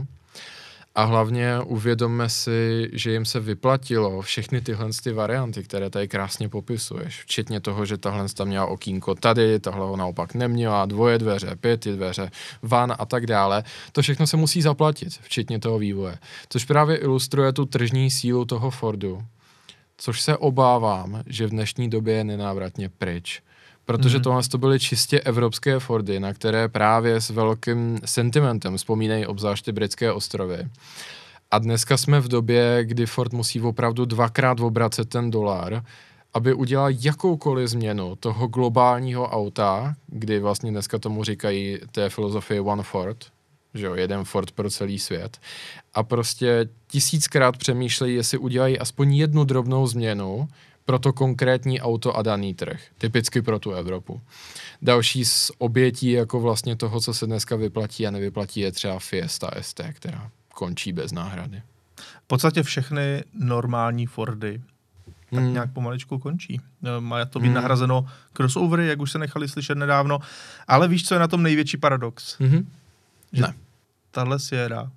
Speaker 2: A hlavně uvědomme si, že jim se vyplatilo všechny tyhle varianty, které tady krásně popisuješ. Včetně toho, že tahle měla okýnko tady, tahle ho naopak neměla, 2 dveře, 5 dveře, van a tak dále. To všechno se musí zaplatit, včetně toho vývoje. Což právě ilustruje tu tržní sílu toho Fordu. Což se obávám, že v dnešní době je nenávratně pryč. Protože tohle to byly čistě evropské Fordy, na které právě s velkým sentimentem vzpomínají obzvláště britské ostrovy. A dneska jsme v době, kdy Ford musí opravdu 2krát obracet ten dolar, aby udělal jakoukoliv změnu toho globálního auta, kdy vlastně dneska tomu říkají té filozofie One Ford, že jo, jeden Ford pro celý svět. A prostě 1000krát přemýšlejí, jestli udělají aspoň jednu drobnou změnu pro to konkrétní auto a daný trh. Typicky pro tu Evropu. Další z obětí jako vlastně toho, co se dneska vyplatí a nevyplatí, je třeba Fiesta ST, která končí bez náhrady.
Speaker 1: V podstatě všechny normální Fordy tak nějak pomaličku končí. Má to být nahrazeno crossovery, jak už se nechali slyšet nedávno. Ale víš, co je na tom největší paradox? Že
Speaker 2: ne.
Speaker 1: Tahle Sierra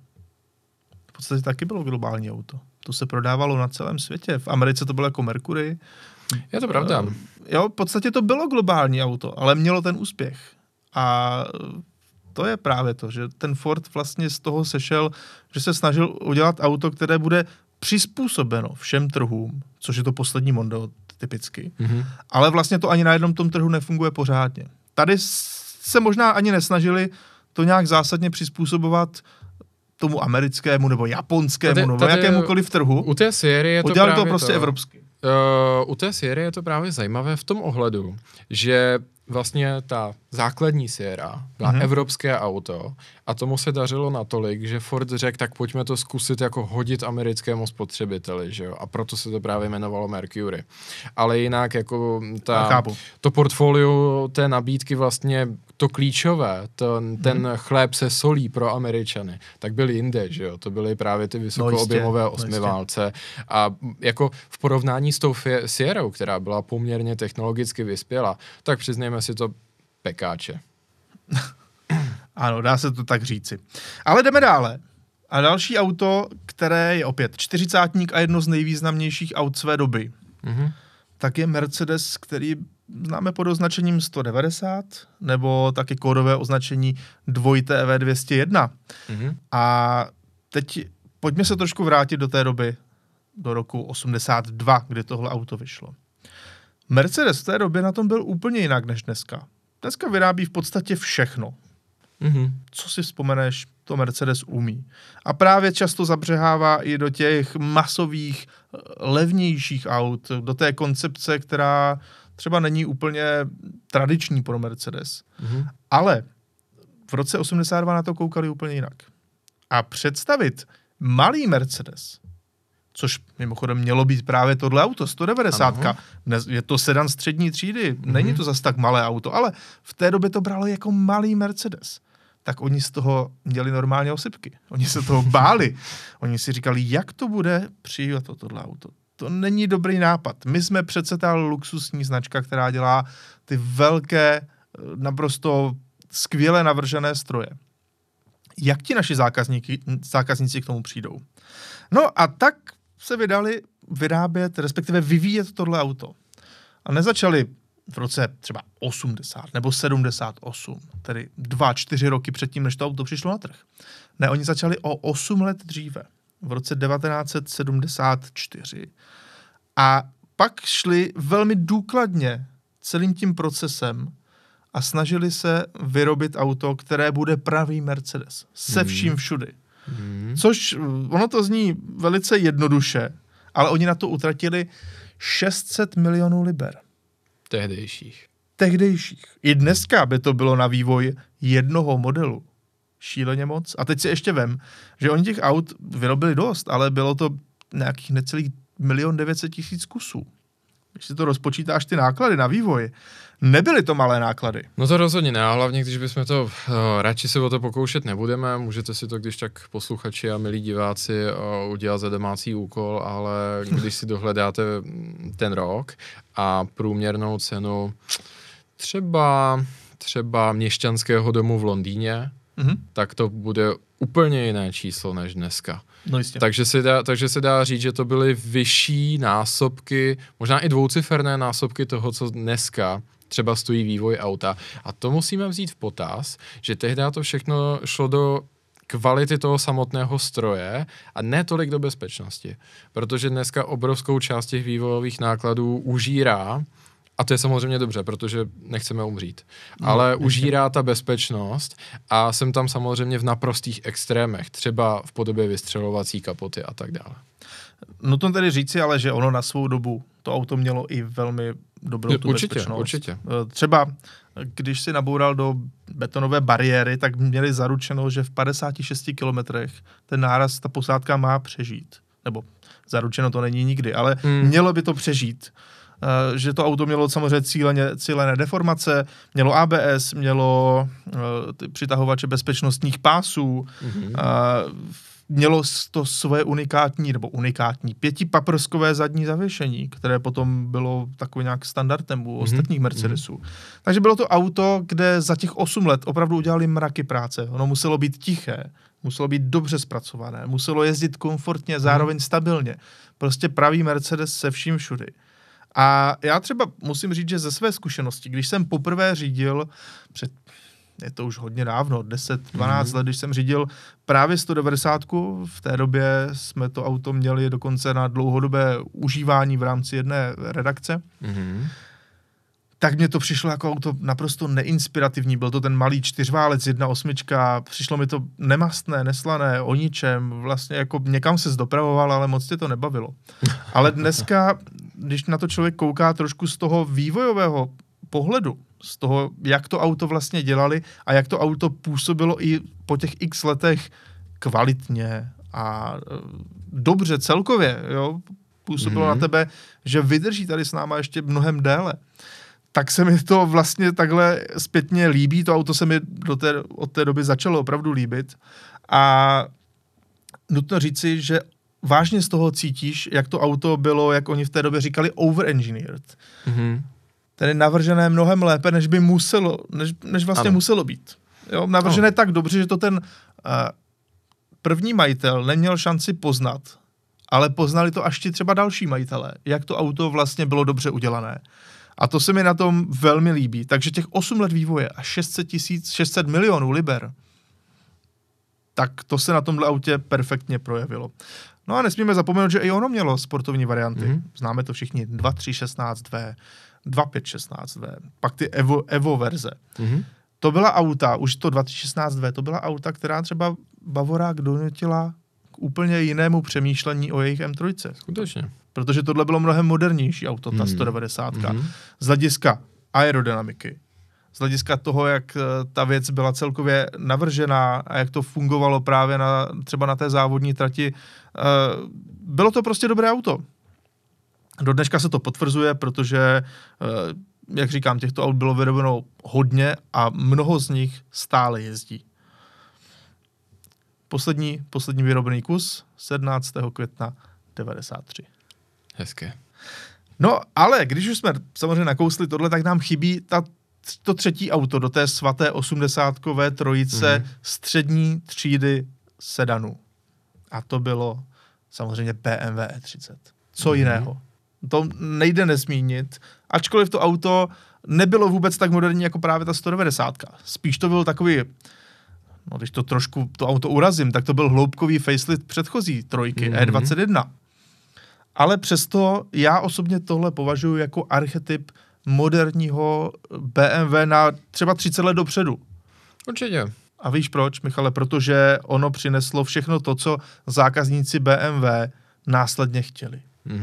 Speaker 1: v podstatě taky bylo globální auto. To se prodávalo na celém světě. V Americe to bylo jako Mercury.
Speaker 2: Je to pravda.
Speaker 1: Jo, v podstatě to bylo globální auto, ale mělo ten úspěch. A to je právě to, že ten Ford vlastně z toho sešel, že se snažil udělat auto, které bude přizpůsobeno všem trhům, což je to poslední Mondeo typicky. Ale vlastně to ani na jednom tom trhu nefunguje pořádně. Tady se možná ani nesnažili to nějak zásadně přizpůsobovat tomu americkému nebo japonskému nebo jakémukoliv trhu.
Speaker 2: U té série je to
Speaker 1: udělali to prostě evropsky.
Speaker 2: U té série je to právě zajímavé v tom ohledu, že vlastně ta základní Sierra byla evropské auto a tomu se dařilo natolik, že Ford řekl, tak pojďme to zkusit jako hodit americkému spotřebiteli, že jo? A proto se to právě jmenovalo Mercury. Ale jinak jako to portfolio té nabídky vlastně to klíčové, ten chléb se solí pro Američany, tak byly jinde, že jo? To byly právě ty vysokoobjemové osmiválce a jako v porovnání s tou Sierrou, která byla poměrně technologicky vyspělá, tak přiznejme si to pekáče.
Speaker 1: Ano, dá se to tak říci. Ale jdeme dále. A další auto, které je opět čtyřicátník a jedno z nejvýznamnějších aut své doby, tak je Mercedes, který známe pod označením 190, nebo taky kódové označení 2TV201. A teď pojďme se trošku vrátit do té doby, do roku 82, kdy tohle auto vyšlo. Mercedes v té době na tom byl úplně jinak než dneska. Dneska vyrábí v podstatě všechno. Co si vzpomeneš, to Mercedes umí. A právě často zabřehává i do těch masových, levnějších aut, do té koncepce, která třeba není úplně tradiční pro Mercedes. Ale v roce 82 na to koukali úplně jinak. A představit malý Mercedes, což mimochodem mělo být právě tohle auto, 190. Je to sedan střední třídy, není to zas tak malé auto, ale v té době to bralo jako malý Mercedes. Tak oni z toho měli normálně osypky. Oni se toho báli. Oni si říkali, jak to bude přijímat tohle auto. To není dobrý nápad. My jsme přece ta luxusní značka, která dělá ty velké, naprosto skvěle navržené stroje. Jak ti naši zákazníci k tomu přijdou? No a tak se vydali vyrábět, respektive vyvíjet tohle auto. A nezačali v roce třeba 80 nebo 78, tedy 2-4 roky předtím, než to auto přišlo na trh. Ne, oni začali o 8 let dříve, v roce 1974. A pak šli velmi důkladně celým tím procesem a snažili se vyrobit auto, které bude pravý Mercedes. Se vším všudy. Což ono to zní velice jednoduše, ale oni na to utratili 600 milionů liber. Tehdejších. I dneska by to bylo na vývoj jednoho modelu. Šíleně moc. A teď si ještě vem, že oni těch aut vyrobili dost, ale bylo to nějakých necelých 1 900 000 kusů. Když si to rozpočítáš ty náklady na vývoj, nebyly to malé náklady.
Speaker 2: No to rozhodně ne, a hlavně když bychom to, radši se o to pokoušet nebudeme, můžete si to když tak posluchači a milí diváci udělat za domácí úkol, ale když si dohledáte ten rok a průměrnou cenu třeba měšťanského domu v Londýně, tak to bude úplně jiné číslo než dneska.
Speaker 1: No jistě.
Speaker 2: Takže se dá říct, že to byly vyšší násobky, možná i dvouciferné násobky toho, co dneska třeba stojí vývoj auta. A to musíme vzít v potaz, že tehdy to všechno šlo do kvality toho samotného stroje a ne tolik do bezpečnosti. Protože dneska obrovskou část těch vývojových nákladů užírá, a to je samozřejmě dobře, protože nechceme umřít. Ale užírá ta bezpečnost a jsem tam samozřejmě v naprostých extrémech, třeba v podobě vystřelovací kapoty a tak dále.
Speaker 1: No to tedy říci, ale že ono na svou dobu to auto mělo i velmi dobrou tu bezpečnost.
Speaker 2: Určitě.
Speaker 1: Třeba když si naboural do betonové bariéry, tak měli zaručeno, že v 56 kilometrech ten náraz ta posádka má přežít. Nebo zaručeno to není nikdy, ale mělo by to přežít. Že to auto mělo samozřejmě cílené deformace, mělo ABS, mělo přitahovače bezpečnostních pásů, mělo to svoje unikátní 5paprskové zadní zavěšení, které potom bylo takový nějak standardem u ostatních Mercedesů. Takže bylo to auto, kde za těch 8 let opravdu udělali mraky práce. Ono muselo být tiché, muselo být dobře zpracované, muselo jezdit komfortně, zároveň stabilně. Prostě pravý Mercedes se vším všudy. A já třeba musím říct, že ze své zkušenosti, když jsem poprvé řídil je to už hodně dávno, 10-12 let, když jsem řídil právě 190, v té době jsme to auto měli dokonce na dlouhodobé užívání v rámci jedné redakce, tak mně to přišlo jako auto naprosto neinspirativní. Byl to ten malý 4válec 1.8, přišlo mi to nemastné, neslané, o ničem, vlastně jako někam se zdopravoval, ale moc tě to nebavilo. Ale dneska, když na to člověk kouká trošku z toho vývojového pohledu, z toho, jak to auto vlastně dělali a jak to auto působilo i po těch x letech kvalitně a dobře celkově, jo, působilo na tebe, že vydrží tady s náma ještě mnohem déle, tak se mi to vlastně takhle zpětně líbí. To auto se mi od té doby začalo opravdu líbit. A nutno říci, že vážně z toho cítíš, jak to auto bylo, jak oni v té době říkali, overengineered. Tedy navržené mnohem lépe, než by muselo, než vlastně muselo být. Jo, navržené tak dobře, že to ten první majitel neměl šanci poznat, ale poznali to až ti třeba další majitelé, jak to auto vlastně bylo dobře udělané. A to se mi na tom velmi líbí. Takže těch 8 let vývoje a 600 milionů liber, tak to se na tomhle autě perfektně projevilo. No a nesmíme zapomenout, že i ono mělo sportovní varianty. Známe to všichni. 2.3.16V, 2.5.16V, pak ty Evo verze. To byla auta, už to 2.3.16V, to byla auta, která třeba Bavorák donutila k úplně jinému přemýšlení o jejich M3.
Speaker 2: Skutečně.
Speaker 1: Protože tohle bylo mnohem modernější auto, ta 190. Z hlediska aerodynamiky, z hlediska toho, jak ta věc byla celkově navržená a jak to fungovalo právě třeba na té závodní trati. Bylo to prostě dobré auto. Do dneška se to potvrzuje, protože, jak říkám, těchto aut bylo vyrobeno hodně a mnoho z nich stále jezdí. Poslední vyrobený kus 17. května 93.
Speaker 2: Hezké.
Speaker 1: No, ale když už jsme samozřejmě nakousli tohle, tak nám chybí to třetí auto do té svaté 80kové trojice střední třídy sedanu. A to bylo samozřejmě BMW E30. Co jiného? To nejde nezmínit, ačkoliv to auto nebylo vůbec tak moderní jako právě ta 190. Spíš to byl takový, no když to trošku to auto urazím, tak to byl hloubkový facelift předchozí trojky E21. Ale přesto já osobně tohle považuji jako archetyp moderního BMW na třeba 30 let dopředu.
Speaker 2: Určitě.
Speaker 1: A víš proč, Michale? Protože ono přineslo všechno to, co zákazníci BMW následně chtěli.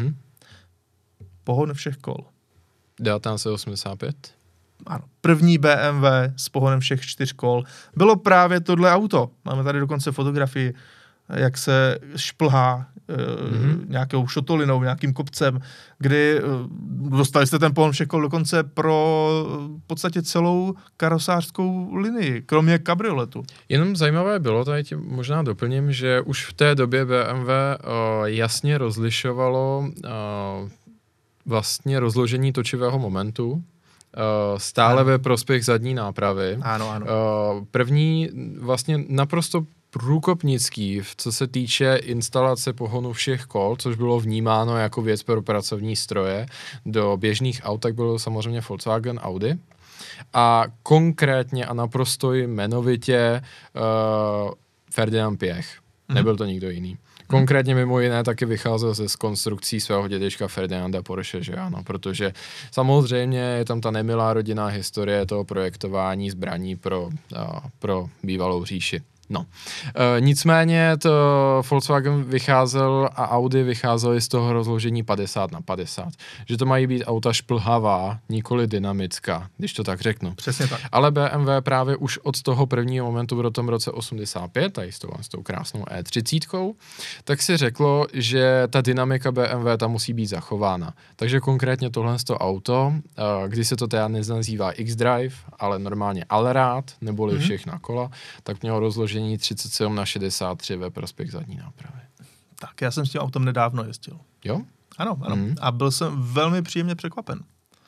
Speaker 1: Pohon všech kol.
Speaker 2: 1985?
Speaker 1: Ano. První BMW s pohonem všech 4 kol bylo právě tohle auto. Máme tady dokonce fotografii, jak se šplhá nějakou šotolinou, nějakým kopcem, kdy dostali jste ten pohon všech kol dokonce pro v podstatě celou karosářskou linii, kromě kabrioletu.
Speaker 2: Jenom zajímavé bylo, tady tě možná doplním, že už v té době BMW jasně rozlišovalo vlastně rozložení točivého momentu, stále ve prospěch zadní nápravy.
Speaker 1: Ano.
Speaker 2: První vlastně naprosto průkopnický, co se týče instalace pohonu všech kol, což bylo vnímáno jako věc pro pracovní stroje. Do běžných aut tak bylo samozřejmě Volkswagen, Audi. A konkrétně a naprosto jmenovitě Ferdinand Piech. Nebyl to nikdo jiný. Konkrétně mimo jiné taky vycházel z konstrukcí svého dědečka Ferdinanda Porsche, že ano, protože samozřejmě je tam ta nemilá rodinná historie toho projektování zbraní pro bývalou říši. No. Nicméně to Volkswagen vycházel a Audi vycházely z toho rozložení 50/50. Že to mají být auta šplhavá, nikoli dynamická, když to tak řeknu.
Speaker 1: Přesně tak.
Speaker 2: Ale BMW právě už od toho prvního momentu v tom roce 85, tady s tou krásnou E30, tak si řeklo, že ta dynamika BMW tam musí být zachována. Takže konkrétně tohle auto, když se to teda nenazývá X-Drive, ale normálně Allrad, neboli všechna kola, tak mělo rozložení 37/63 ve prospěch zadní nápravy.
Speaker 1: Tak, já jsem s tím autem nedávno jezdil.
Speaker 2: Jo?
Speaker 1: Ano. A byl jsem velmi příjemně překvapen.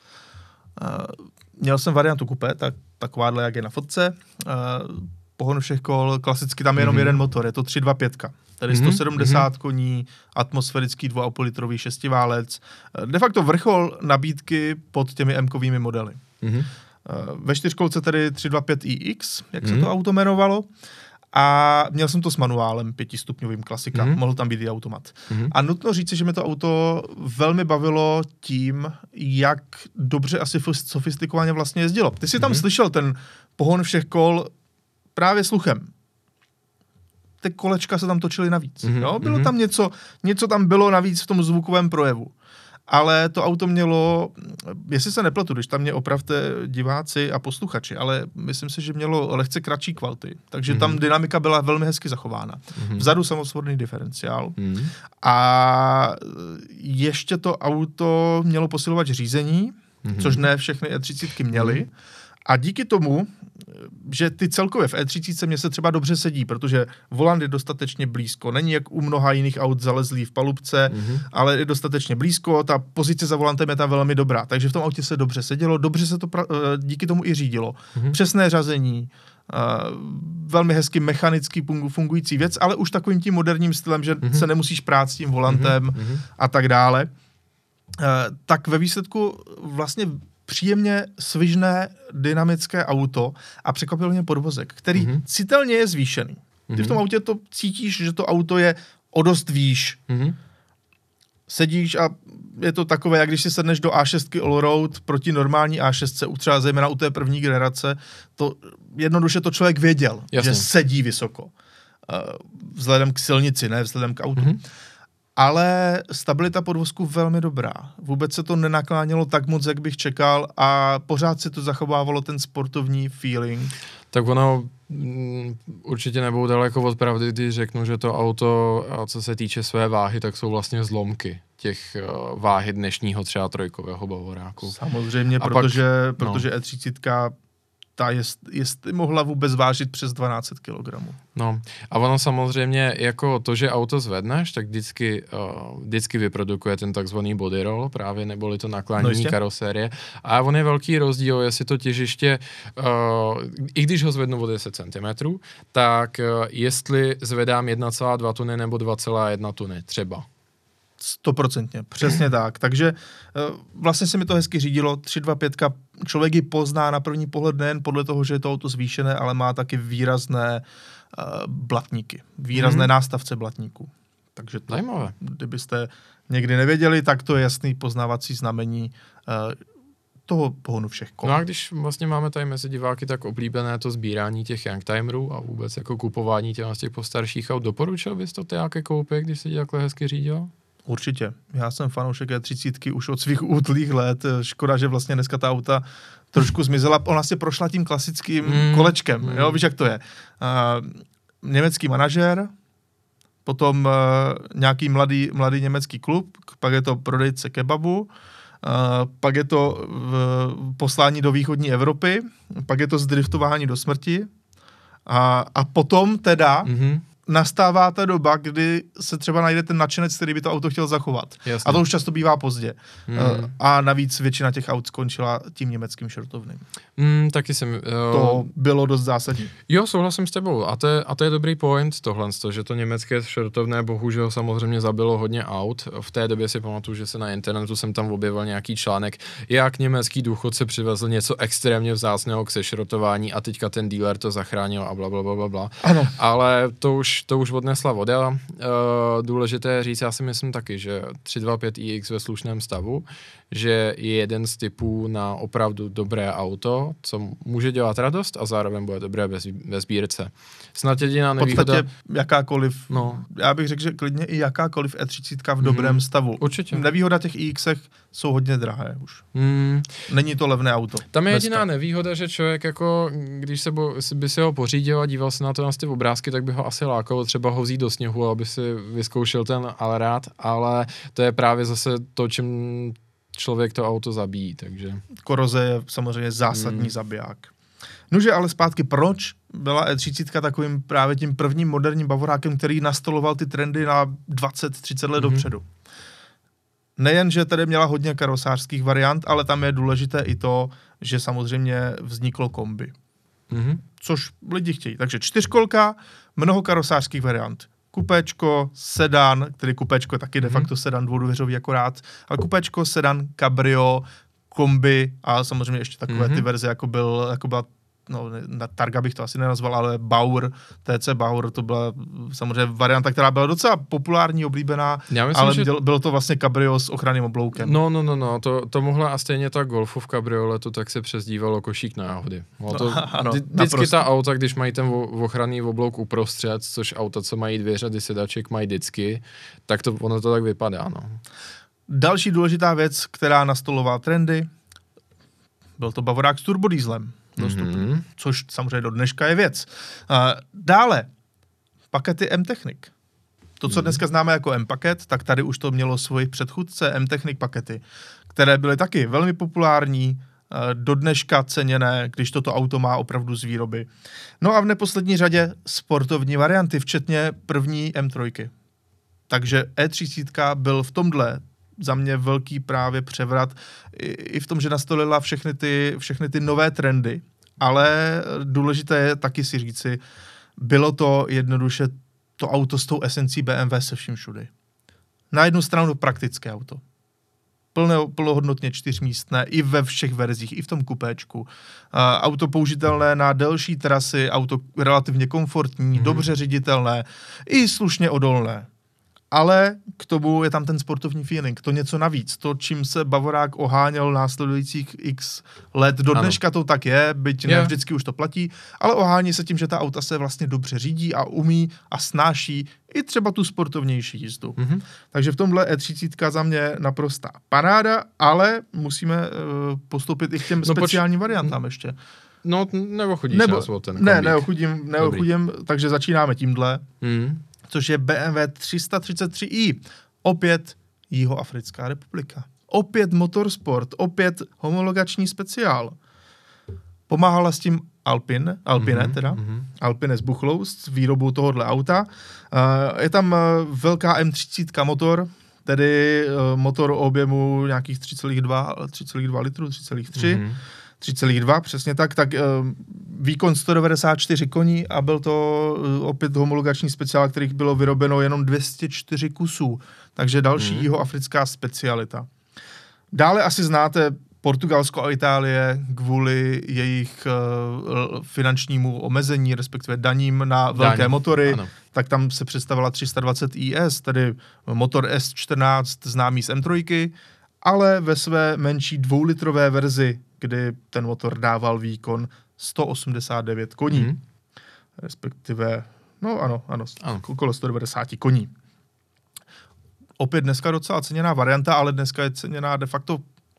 Speaker 1: Měl jsem variantu kupé, takováhle, jak je na fotce. Pohon všech kol, klasicky tam je jenom jeden motor, je to 325. Tedy 170 koní, atmosférický 2,5 litrový šestiválec. De facto vrchol nabídky pod těmi M-kovými modely. Ve 4kolce tedy 325iX, jak se to auto jmenovalo. A měl jsem to s manuálem 5stupňovým klasika, mohl tam být i automat. A nutno říci, že mě to auto velmi bavilo tím, jak dobře asi sofistikovaně vlastně jezdilo. Ty jsi tam slyšel ten pohon všech kol právě sluchem. Ty kolečka se tam točily navíc. Jo? Bylo tam něco tam bylo navíc v tom zvukovém projevu. ale to auto mělo, jestli se nepletu, když tam mě opravte diváci a posluchači, ale myslím si, že mělo lehce kratší kvality, takže tam dynamika byla velmi hezky zachována. Vzadu samosvorný diferenciál a ještě to auto mělo posilovač řízení, což ne všechny E30 měly. A díky tomu, že ty celkově v E30 mě se třeba dobře sedí, protože volant je dostatečně blízko. Není jak u mnoha jiných aut zalezlý v palubce, ale je dostatečně blízko, ta pozice za volantem je tam velmi dobrá. Takže v tom autě se dobře sedělo, dobře se to díky tomu i řídilo. Přesné řazení, velmi hezky mechanicky fungující věc, ale už takovým tím moderním stylem, že se nemusíš prát s tím volantem a tak dále. Tak ve výsledku vlastně příjemně svižné dynamické auto a překvapil mě podvozek, který citelně je zvýšený. Ty v tom autě to cítíš, že to auto je o dost výš. Sedíš a je to takové, jak když si sedneš do A6 Allroad proti normální A6, třeba zejména u té první generace, to jednoduše to člověk věděl, že sedí vysoko. Vzhledem k silnici, ne vzhledem k autu. Ale stabilita podvozku velmi dobrá. Vůbec se to nenaklánělo tak moc, jak bych čekal a pořád si to zachovávalo ten sportovní feeling.
Speaker 2: Tak ono určitě nebudou daleko od pravdy, když řeknu, že to auto, co se týče své váhy, tak jsou vlastně zlomky těch váhy dnešního třeba trojkového bavoráku.
Speaker 1: Samozřejmě, protože E30 ta jestli mohla vůbec vážit přes 1200 kg.
Speaker 2: No a ono samozřejmě jako to, že auto zvedneš, tak vždycky vyprodukuje ten takzvaný body roll právě, neboli to naklánění karosérie. A on je velký rozdíl, jestli to těžiště, i když ho zvednu o 10 cm, tak jestli zvedám 1,2 tuny nebo 2,1 tuny třeba.
Speaker 1: 100%, přesně tak. Takže vlastně se mi to hezky řídilo. 325, člověk ji pozná na první pohled nejen podle toho, že je to auto zvýšené, ale má taky výrazné blatníky, výrazné nástavce blatníků. Takže to, kdybyste někdy nevěděli, tak to je jasný poznávací znamení toho pohonu všech kol.
Speaker 2: No a když vlastně máme tady mezi diváky tak oblíbené to sbírání těch youngtimerů a vůbec jako kupování těch postarších aut, doporučil bys to nějaké koupit, když se ti takhle hezky řídilo?
Speaker 1: Určitě. Já jsem fanoušek E30 už od svých útlých let. Škoda, že vlastně dneska ta auta trošku zmizela. Ona si prošla tím klasickým kolečkem. Jo, víš, jak to je. Německý manažer, potom nějaký mladý německý klub, pak je to prodejce kebabu, pak je to poslání do východní Evropy, pak je to zdriftování do smrti a potom teda nastává ta doba, kdy se třeba najde ten nadšenec, který by to auto chtěl zachovat. Jasně. A to už často bývá pozdě. A navíc většina těch aut skončila tím německým šrotovným.
Speaker 2: Taky jsem...
Speaker 1: To bylo dost zásadní.
Speaker 2: Jo, souhlasím s tebou. A to je dobrý point tohle, že to německé šrotovné bohužel samozřejmě zabilo hodně aut. V té době si pamatuju, že se na internetu jsem tam objevil nějaký článek, jak německý důchodce přivezl něco extrémně vzácného k sešrotování a teďka ten dealer to zachránil a blablabla.
Speaker 1: Ano.
Speaker 2: Ale to už odnesla voda. Důležité říct, já si myslím taky, že 325iX ve slušném stavu, že je jeden z typů na opravdu dobré auto, co může dělat radost a zároveň bude dobré ve sbírce. Snad jediná nevýhoda...
Speaker 1: V podstatě jakákoliv, já bych řekl, že klidně i jakákoliv E30 v dobrém stavu.
Speaker 2: Určitě.
Speaker 1: Nevýhoda těch iXech jsou hodně drahé už. Není to levné auto.
Speaker 2: Tam je jediná nevýhoda, že člověk jako, když by si ho pořídil a díval se na to na ty obrázky, tak by ho asi lákalo třeba ho vzít do sněhu, aby si vyzkoušel ten alerát, ale to je právě zase to, čím člověk to auto zabíjí, takže...
Speaker 1: Koroze je samozřejmě zásadní zabiják. Nože ale zpátky, proč byla E30 takovým právě tím prvním moderním bavorákem, který nastoloval ty trendy na 20-30 let dopředu? Nejen, že tady měla hodně karosářských variant, ale tam je důležité i to, že samozřejmě vzniklo kombi. Což lidi chtějí. Takže 4kolka, mnoho karosářských variant. Kupéčko, sedan, který kupéčko je taky de facto sedan dvoudveřový akorát, ale kupéčko, sedan, cabrio, kombi a samozřejmě ještě takové ty verze, jako byla Targa bych to asi nenazval, ale Bauer, TC Bauer, to byla samozřejmě varianta, která byla docela populární, oblíbená, myslím, ale bylo to vlastně cabrio s ochranným obloukem.
Speaker 2: No, to mohla a stejně ta Golfu v kabrioletu, tak se přezdívalo košík na jahody. Vždycky ta auta, když mají ten ochranný oblouk uprostřed, což auta, co mají 2 řady sedaček, mají vždycky, tak ono to tak vypadá, no.
Speaker 1: Další důležitá věc, která nastolovala trendy, byl to Bavorák s turbodýzlem dostupný, což samozřejmě do dneška je věc. Dále, pakety M-Technik. To, co dneska známe jako M-paket, tak tady už to mělo svoji předchůdce M-Technik pakety, které byly taky velmi populární, do dneška ceněné, když toto auto má opravdu z výroby. No a v neposlední řadě sportovní varianty, včetně první M3. Takže E30 byl v tomhle za mě velký právě převrat i v tom, že nastolila všechny ty nové trendy, ale důležité je taky si říci, bylo to jednoduše to auto s tou esencí BMW se vším všudy. Na jednu stranu praktické auto. Plnohodnotně 4místné, i ve všech verzích, i v tom kupéčku. Auto použitelné na delší trasy, auto relativně komfortní, dobře řiditelné, i slušně odolné. Ale k tomu je tam ten sportovní feeling, to něco navíc. To, čím se Bavorák oháněl následujících x let, do dneška to tak je, byť ne vždycky už to platí, ale ohání se tím, že ta auta se vlastně dobře řídí a umí a snáší i třeba tu sportovnější jízdu. Takže v tomhle E30 za mě naprostá paráda, ale musíme postoupit i k těm speciálním variantám ještě.
Speaker 2: No, neochudíš nás o ten kombík.
Speaker 1: Ne, neochudím, takže začínáme tímhle. Což je BMW 333i. Opět Jihoafrická republika. Opět motorsport, opět homologační speciál. Pomáhala s tím Alpine s Buchlow, s výrobou tohohle auta. Je tam velká M30 motor, tedy motor o objemu nějakých 3,2 litru, 3,2, přesně tak výkon 194 koní a byl to opět homologační speciál, kterých bylo vyrobeno jenom 204 kusů, takže další jihoafrická specialita. Dále asi znáte Portugalsko a Itálie kvůli jejich finančnímu omezení, respektive daním na velké motory, tak tam se představila 320 IS, tedy motor S14 známý z M3, ale ve své menší 2litrové verzi, kdy ten motor dával výkon 189 koní. Respektive, okolo 190 koní. Opět dneska docela ceněná varianta, ale dneska je ceněná de facto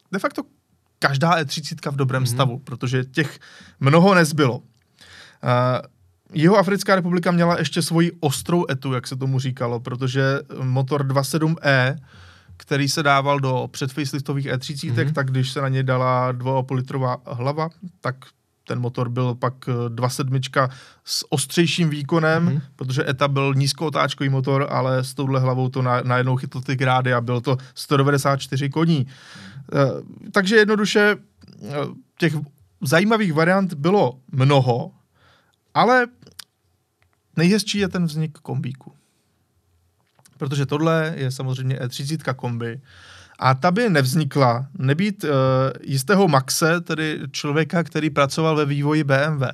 Speaker 1: každá E30 v dobrém stavu, protože těch mnoho nezbylo. Jihoafrická republika měla ještě svoji ostrou etu, jak se tomu říkalo, protože motor 2.7e, který se dával do předfaceliftových E30, tak když se na něj dala 2,5 litrová hlava, tak ten motor byl pak 2.7 s ostřejším výkonem, protože ETA byl nízkootáčkový motor, ale s touhle hlavou to najednou chytl ty grády a bylo to 194 koní. Takže jednoduše těch zajímavých variant bylo mnoho, ale nejhezčí je ten vznik kombíku. Protože tohle je samozřejmě E30 kombi a ta by nevznikla nebýt jistého Maxe, tedy člověka, který pracoval ve vývoji BMW.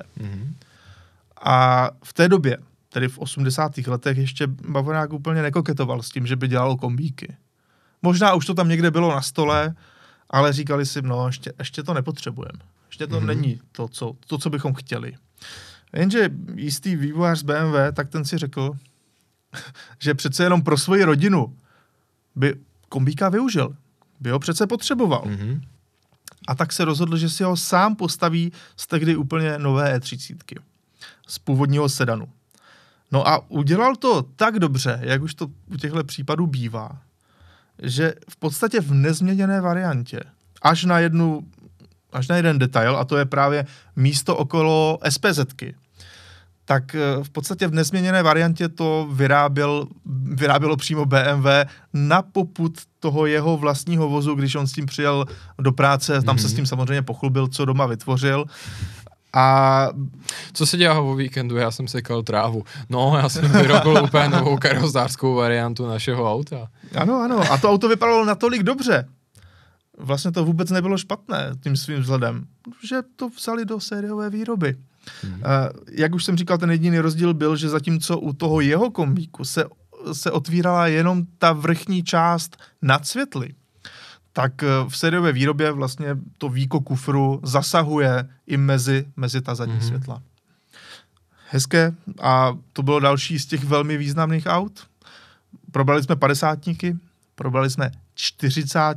Speaker 1: A v té době, tedy v 80. letech, ještě Bavorák úplně nekoketoval s tím, že by dělal kombíky. Možná už to tam někde bylo na stole, ale říkali si, ještě to nepotřebujeme. Ještě to není to, co bychom chtěli. Jenže jistý vývojář z BMW, tak ten si řekl, že přece jenom pro svoji rodinu by kombíka využil. By ho přece potřeboval. A tak se rozhodl, že si ho sám postaví z tehdy úplně nové E30. Z původního sedanu. No a udělal to tak dobře, jak už to u těchto případů bývá, že v podstatě v nezměněné variantě, až na jeden detail, a to je právě místo okolo SPZky, tak v podstatě v nezměněné variantě to vyrábělo přímo BMW na popud toho jeho vlastního vozu, když on s tím přijel do práce, tam se s tím samozřejmě pochlubil, co doma vytvořil. A
Speaker 2: co se dělalo o víkendu? Já jsem sekal trávu. No, já jsem vyrobil úplně novou karosářskou variantu našeho auta.
Speaker 1: Ano. A to auto vypadalo natolik dobře. Vlastně to vůbec nebylo špatné tím svým vzhledem, že to vzali do sériové výroby. Jak už jsem říkal, ten jediný rozdíl byl, že zatímco u toho jeho kombíku se otvírala jenom ta vrchní část nad světly, tak v sériové výrobě vlastně to víko kufru zasahuje i mezi ta zadní světla. Hezké a to bylo další z těch velmi významných aut. Probrali jsme 50, probrali jsme 40.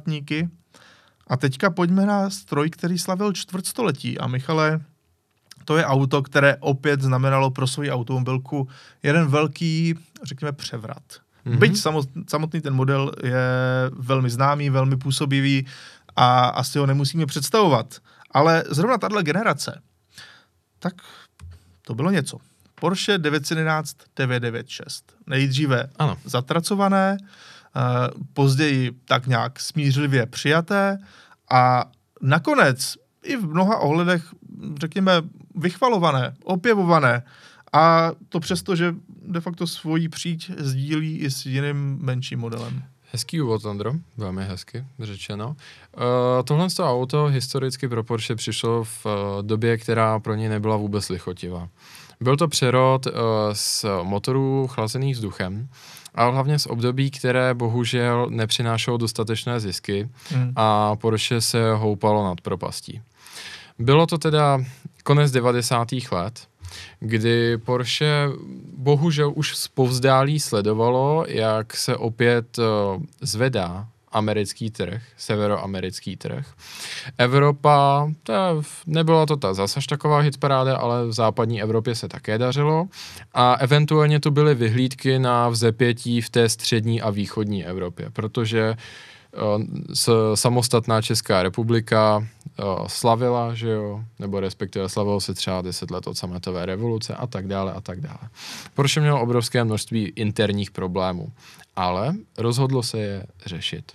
Speaker 1: a teďka pojďme na stroj, který slavil čtvrtstoletí. A Michale, to je auto, které opět znamenalo pro svoji automobilku jeden velký, řekněme, převrat. Byť samotný ten model je velmi známý, velmi působivý a asi ho nemusíme představovat. Ale zrovna tahle generace, tak to bylo něco. Porsche 911 996. Nejdříve zatracované, později tak nějak smířlivě přijaté a nakonec i v mnoha ohledech, řekněme, vychvalované, opěvované. A to přesto, že de facto svoji příď sdílí i s jiným menším modelem.
Speaker 2: Hezký úvod, Ondro, velmi hezky řečeno. Tohle auto historicky pro Porsche přišlo v době, která pro něj nebyla vůbec lichotivá. Byl to přerod z motorů chlazených vzduchem, ale hlavně z období, které bohužel nepřinášelo dostatečné zisky a Porsche se houpalo nad propastí. Bylo to teda konec 90. let, kdy Porsche bohužel už zpovzdálí sledovalo, jak se opět zvedá americký trh, severoamerický trh. Evropa, nebyla to ta zase taková hitparáda, ale v západní Evropě se také dařilo a eventuálně tu byly vyhlídky na vzepětí v té střední a východní Evropě, protože samostatná Česká republika slavila, že jo, nebo respektive slavilo se třeba 10 let od sametové revoluce a tak dále a tak dále. Porsche mělo obrovské množství interních problémů, ale rozhodlo se je řešit.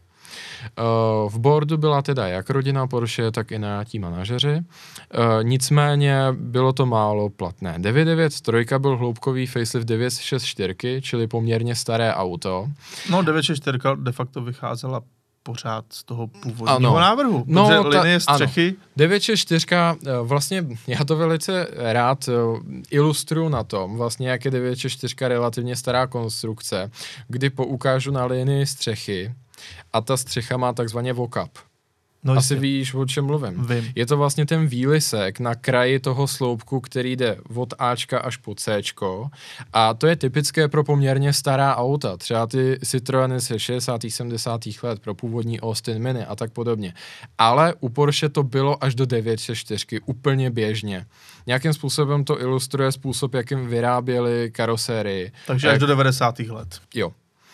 Speaker 2: V boardu byla teda jak rodina Porsche, tak i najatí manažeři. Nicméně bylo to málo platné. 993 byl hloubkový facelift 964, čili poměrně staré auto.
Speaker 1: No 964 de facto vycházela pořád z toho původního návrhu, protože linie střechy...
Speaker 2: 964, vlastně já to velice rád ilustruju na tom, vlastně jak je 964 relativně stará konstrukce, kdy poukážu na linii střechy a ta střecha má takzvaně walk-up. No asi víš, o čem mluvím.
Speaker 1: Vím.
Speaker 2: Je to vlastně ten výlisek na kraji toho sloupku, který jde od Ačka až po Cčko a to je typické pro poměrně stará auta, třeba ty Citroeny ze 60. 70. let pro původní Austin Mini a tak podobně. Ale u Porsche to bylo až do 964 úplně běžně. Nějakým způsobem to ilustruje způsob, jakým vyráběli karosérii.
Speaker 1: Takže až do 90. let.
Speaker 2: Jo.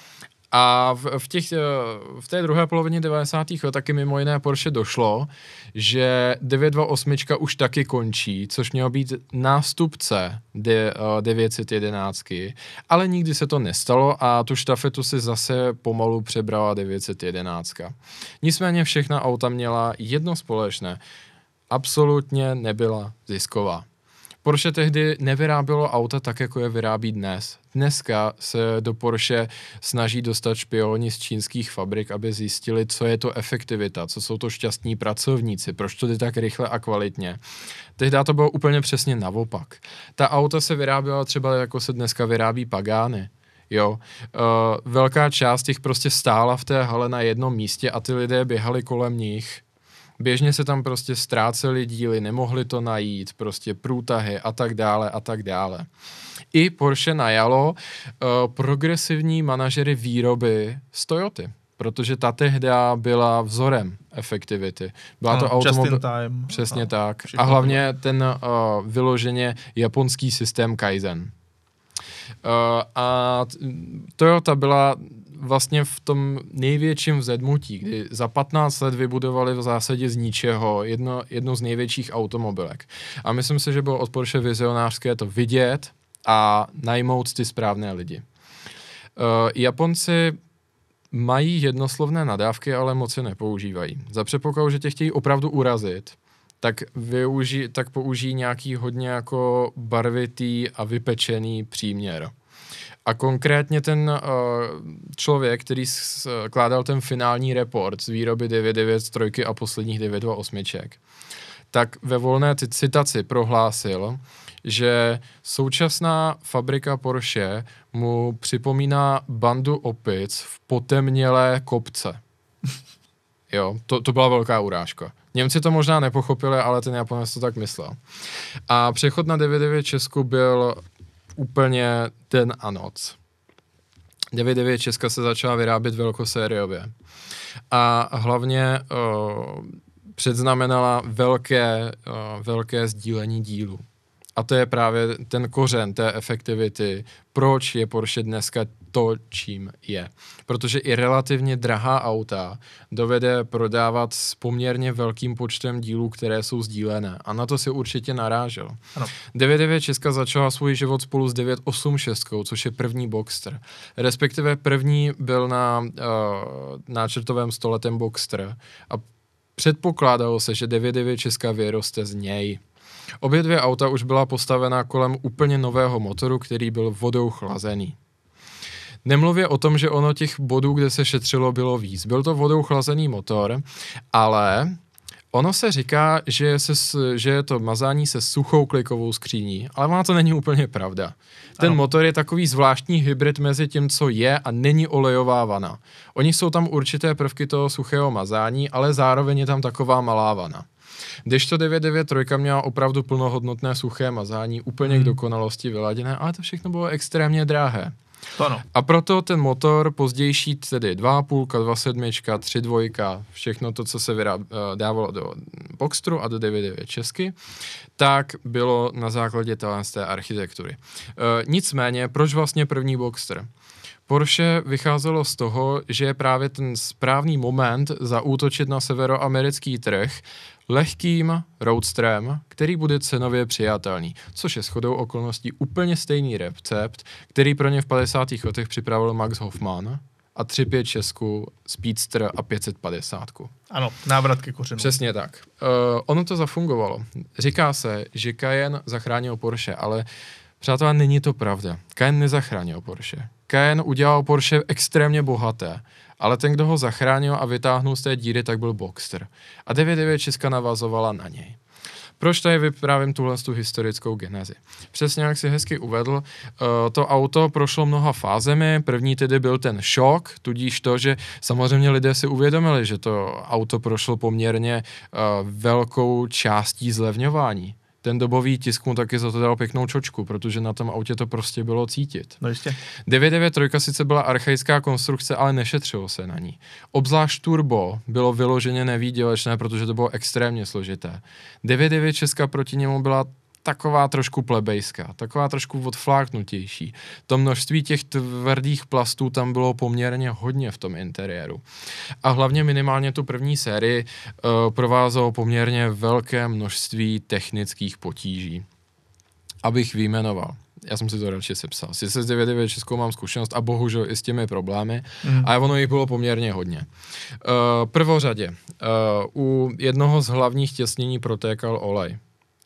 Speaker 2: A v té druhé polovině 90. let taky mimo jiné Porsche došlo, že 928 už taky končí, což mělo být nástupce 911, ale nikdy se to nestalo a tu štafetu si zase pomalu přebrala 911. Nicméně všechna auta měla jedno společné. Absolutně nebyla zisková. Porsche tehdy nevyrábělo auta tak, jako je vyrábí dnes. Dneska se do Porsche snaží dostat špioni z čínských fabrik, aby zjistili, co je to efektivita, co jsou to šťastní pracovníci, proč to jde tak rychle a kvalitně. Tehdy to bylo úplně přesně naopak. Ta auta se vyráběla třeba, jako se dneska vyrábí Pagani. Jo, velká část jich prostě stála v té hale na jednom místě a ty lidé běhali kolem nich. Běžně se tam prostě ztráceli díly, nemohli to najít, prostě průtahy a tak dále a tak dále. I Porsche najalo progresivní manažery výroby z Toyoty, protože ta tehda byla vzorem efektivity. Byla to automobil... Přesně tak. A hlavně ten vyloženě japonský systém Kaizen. A Toyota byla vlastně v tom největším vzedmutí, kdy za 15 let vybudovali v zásadě z ničeho jedno z největších automobilek. A myslím si, že bylo od Porsche vizionářské to vidět a najmout ty správné lidi. Japonci mají jednoslovné nadávky, ale moc je nepoužívají. Za předpokladu, že tě chtějí opravdu urazit, tak použijí nějaký hodně jako barvitý a vypečený příměr. A konkrétně ten člověk, který skládal ten finální report z výroby 993 a posledních 928, tak ve volné citaci prohlásil, že současná fabrika Porsche mu připomíná bandu opic v potemnělé kopce. Jo, to byla velká urážka. Němci to možná nepochopili, ale ten Japonec to tak myslel. A přechod na 996 byl úplně den a noc. 996 se začala vyrábět velkosériově. A hlavně předznamenala velké sdílení dílu. A to je právě ten kořen té efektivity, proč je Porsche dneska to, čím je. Protože i relativně drahá auta dovede prodávat s poměrně velkým počtem dílů, které jsou sdílené. A na to si určitě narážel.
Speaker 1: Ano.
Speaker 2: 996 začala svůj život spolu s 986, což je první Boxster. Respektive první byl na náčrtovém stole ten Boxster. A předpokládalo se, že 996 vyroste z něj. Obě dvě auta už byla postavená kolem úplně nového motoru, který byl vodou chlazený. Nemluvě o tom, že ono těch bodů, kde se šetřilo, bylo víc. Byl to vodou chlazený motor, ale ono se říká, že je to mazání se suchou klikovou skříní, ale ona to není úplně pravda. Ten motor je takový zvláštní hybrid mezi tím, co je a není olejová vana. Oni jsou tam určité prvky toho suchého mazání, ale zároveň je tam taková malá vana. Kdežto 993 měla opravdu plnohodnotné suché mazání, úplně k dokonalosti vyladěné, ale to všechno bylo extrémně drahé.
Speaker 1: To ano.
Speaker 2: A proto ten motor pozdější, tedy 2,5, 2,7, 3,2, všechno to, co se dávalo do Boxsteru a do 996, tak bylo na základě té architektury. Nicméně, proč vlastně první Boxster? Porsche vycházelo z toho, že je právě ten správný moment zaútočit na severoamerický trh lehkým roadsterem, který bude cenově přijatelný, což je shodou okolností úplně stejný recept, který pro ně v 50. letech připravil Max Hoffman a 356, Speedster a 550.
Speaker 1: Ano, návrat ke kořenu.
Speaker 2: Přesně tak. Ono to zafungovalo. Říká se, že Cayenne zachránil Porsche, ale přátelé, není to pravda. Cayenne nezachránil Porsche. Cayenne udělal Porsche extrémně bohaté, ale ten, kdo ho zachránil a vytáhnul z té díry, tak byl Boxster. A 996 navazovala na něj. Proč tady vyprávím tuhle historickou genezi? Přesně jak si hezky uvedl, to auto prošlo mnoha fázemi. První tedy byl ten šok, tudíž to, že samozřejmě lidé si uvědomili, že to auto prošlo poměrně velkou částí zlevňování. Ten dobový tisk mu taky za to dal pěknou čočku, protože na tom autě to prostě bylo cítit.
Speaker 1: No jistě.
Speaker 2: 993 sice byla archaická konstrukce, ale nešetřilo se na ní. Obzvlášť turbo bylo vyloženě nevýdělečné, protože to bylo extrémně složité. 996 proti němu byla taková trošku plebejská, taková trošku odfláknutější. To množství těch tvrdých plastů tam bylo poměrně hodně v tom interiéru. A hlavně minimálně tu první sérii provázelo poměrně velké množství technických potíží. Abych vyjmenoval. Já jsem si to radši sepsal. Sice s 996 mám zkušenost a bohužel i s těmi problémy, ale ono jich bylo poměrně hodně. Prvořadě, u jednoho z hlavních těsnění protékal olej.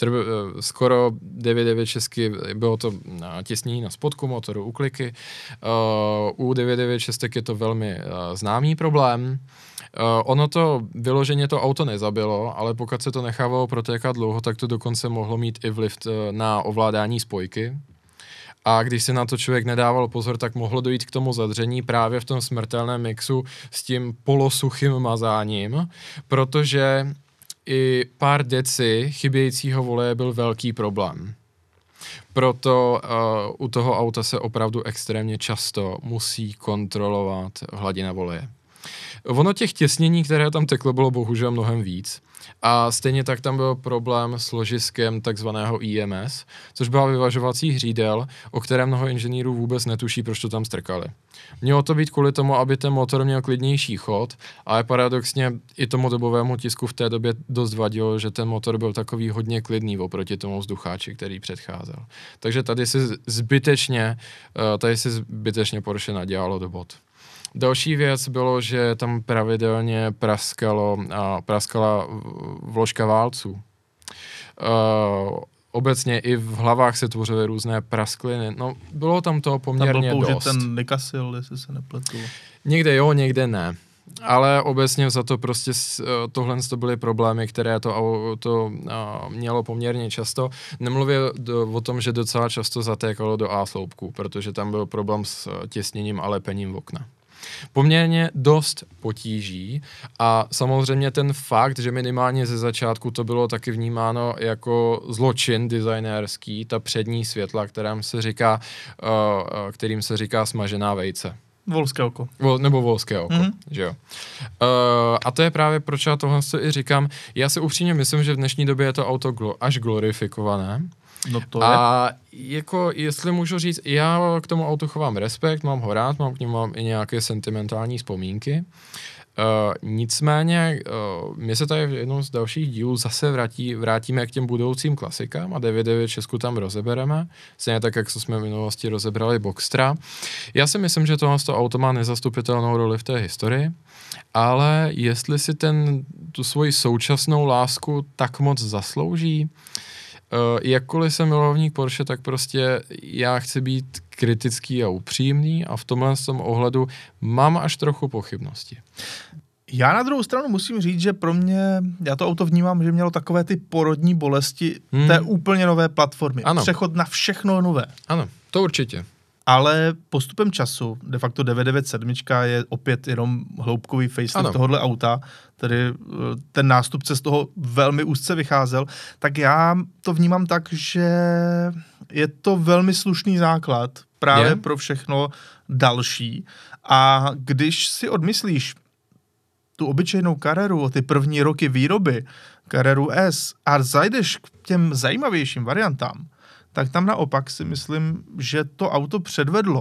Speaker 2: Skoro 996 bylo to těsnění na spodku motoru, u kliky. U 996 je to velmi známý problém. Ono to vyloženě to auto nezabilo, ale pokud se to nechávalo protékat dlouho, tak to dokonce mohlo mít i vliv na ovládání spojky. A když si na to člověk nedával pozor, tak mohlo dojít k tomu zadření právě v tom smrtelném mixu s tím polosuchým mazáním, protože i pár deci chybějícího voleje byl velký problém. Proto u toho auta se opravdu extrémně často musí kontrolovat hladina voleje. Ono těch těsnění, které tam teklo, bylo bohužel mnohem víc. A stejně tak tam byl problém s ložiskem takzvaného IMS, což byla vyvažovací hřídel, o které mnoho inženýrů vůbec netuší, proč to tam strkali. Mělo to být kvůli tomu, aby ten motor měl klidnější chod, ale paradoxně i tomu dobovému tisku v té době dost vadilo, že ten motor byl takový hodně klidný oproti tomu vzducháči, který předcházel. Takže tady si zbytečně Porsche nadělalo do bod. Další věc bylo, že tam pravidelně praskala vložka válců. Obecně i v hlavách se tvořily různé praskliny. No, bylo tam toho poměrně dost. Tam byl použit
Speaker 1: ten Nikasil, jestli se nepletu.
Speaker 2: Někde jo, někde ne. Ale obecně za to prostě tohle to byly problémy, které to auto mělo poměrně často. Nemluvě o tom, že docela často zatékalo do A-sloupku, protože tam byl problém s těsněním a lepením okna. Poměrně dost potíží a samozřejmě ten fakt, že minimálně ze začátku to bylo taky vnímáno jako zločin designérský, ta přední světla, kterým se říká smažená vejce.
Speaker 1: Volské oko.
Speaker 2: Nebo Volské oko, že jo. A to je právě proč já tohle i říkám. Já si upřímně myslím, že v dnešní době je to auto až glorifikované.
Speaker 1: No to
Speaker 2: a jako, jestli můžu říct, já k tomu autu chovám respekt, mám ho rád, mám k němu i nějaké sentimentální vzpomínky. Nicméně my se tady v jednom z dalších dílů zase vrátíme k těm budoucím klasikám a 996 tam rozebereme, stejně tak, jak jsme v minulosti rozebrali Boxstra. Já si myslím, že tohle auto má nezastupitelnou roli v té historii, ale jestli si tu svoji současnou lásku tak moc zaslouží, jakkoliv jsem milovník Porsche, tak prostě já chci být kritický a upřímný a v tomhle ohledu mám až trochu pochybnosti.
Speaker 1: Já na druhou stranu musím říct, že pro mě, já to auto vnímám, že mělo takové ty porodní bolesti té úplně nové platformy.
Speaker 2: Ano.
Speaker 1: Přechod na všechno nové.
Speaker 2: Ano, to určitě.
Speaker 1: Ale postupem času, de facto 997 je opět jenom hloubkový facelift tohohle auta, tedy ten nástupce z toho velmi úzce vycházel, tak já to vnímám tak, že je to velmi slušný základ právě pro všechno další. A když si odmyslíš tu obyčejnou Carreru o ty první roky výroby, Carreru S, a zajdeš k těm zajímavějším variantám, tak tam naopak si myslím, že to auto předvedlo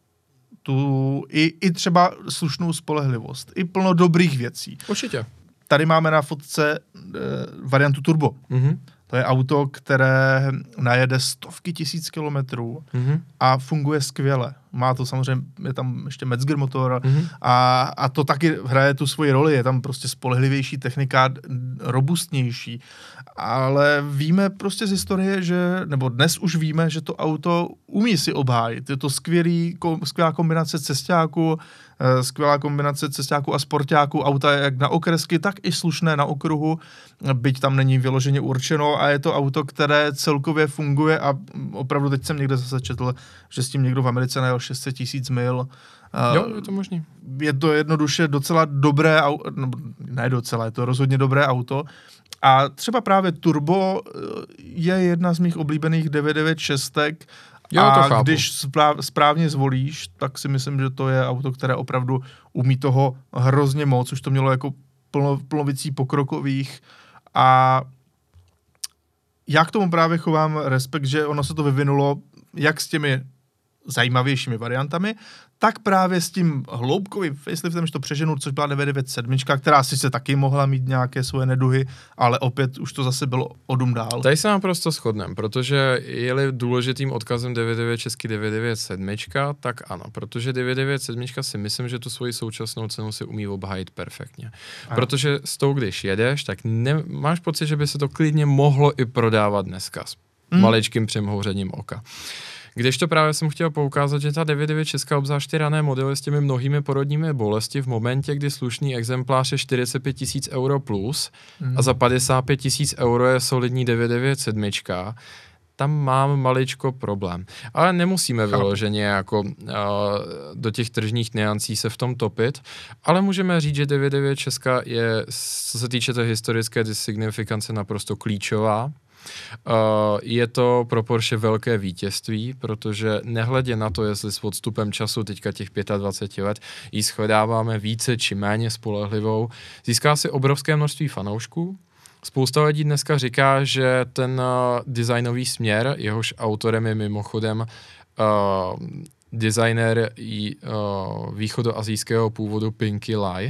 Speaker 1: i třeba slušnou spolehlivost, i plno dobrých věcí.
Speaker 2: Určitě.
Speaker 1: Tady máme na fotce variantu turbo. To je auto, které najede stovky tisíc kilometrů a funguje skvěle. Má to samozřejmě, je tam ještě Metzger motor a to taky hraje tu svoji roli. Je tam prostě spolehlivější technika, robustnější. Ale víme prostě z historie, nebo dnes už víme, že to auto umí si obhájit. Je to skvělá kombinace cestáků, skvělá kombinace cestáků a sportáků, auta jak na okresky, tak i slušné na okruhu, byť tam není vyloženě určeno a je to auto, které celkově funguje a opravdu teď jsem někde zase četl, že s tím někdo v Americe najel 600 000 mil.
Speaker 2: Jo, je to možný.
Speaker 1: Je to jednoduše docela dobré auto, ne docela, je to rozhodně dobré auto. A třeba právě turbo je jedna z mých oblíbených 996. A když správně zvolíš, tak si myslím, že to je auto, které opravdu umí toho hrozně moc. Už to mělo jako plno věcí pokrokových a já k tomu právě chovám respekt, že ono se to vyvinulo jak s těmi zajímavějšími variantami, tak právě s tím hloubkovým faceliftem, že to přeženu, což byla 997, která sice taky mohla mít nějaké svoje neduhy, ale opět už to zase bylo o dům dál.
Speaker 2: Tady se naprosto shodneme, protože je-li důležitým odkazem 996 997, tak ano, protože 997 si myslím, že tu svoji současnou cenu si umí obhájit perfektně. Ano. Protože s tou, když jedeš, tak máš pocit, že by se to klidně mohlo i prodávat dneska s maličkým přimhouřením oka. Když to právě jsem chtěl poukázat, že ta 996 obzvlášť ty rané modely s těmi mnohými porodními bolesti v momentě, kdy slušný exemplář je 45 000 euro plus a za 55 000 euro je solidní 997, tam mám maličko problém. Ale nemusíme vyloženě jako do těch tržních nuancí se v tom topit, ale můžeme říct, že 996 je, co se týče té historické signifikance, naprosto klíčová. Je to pro Porsche velké vítězství, protože nehledě na to, jestli s odstupem času teďka těch 25 let ji shledáváme více či méně spolehlivou, získá si obrovské množství fanoušků. Spousta lidí dneska říká, že ten designový směr, jehož autorem je mimochodem designer východoasijského původu Pinky Lai,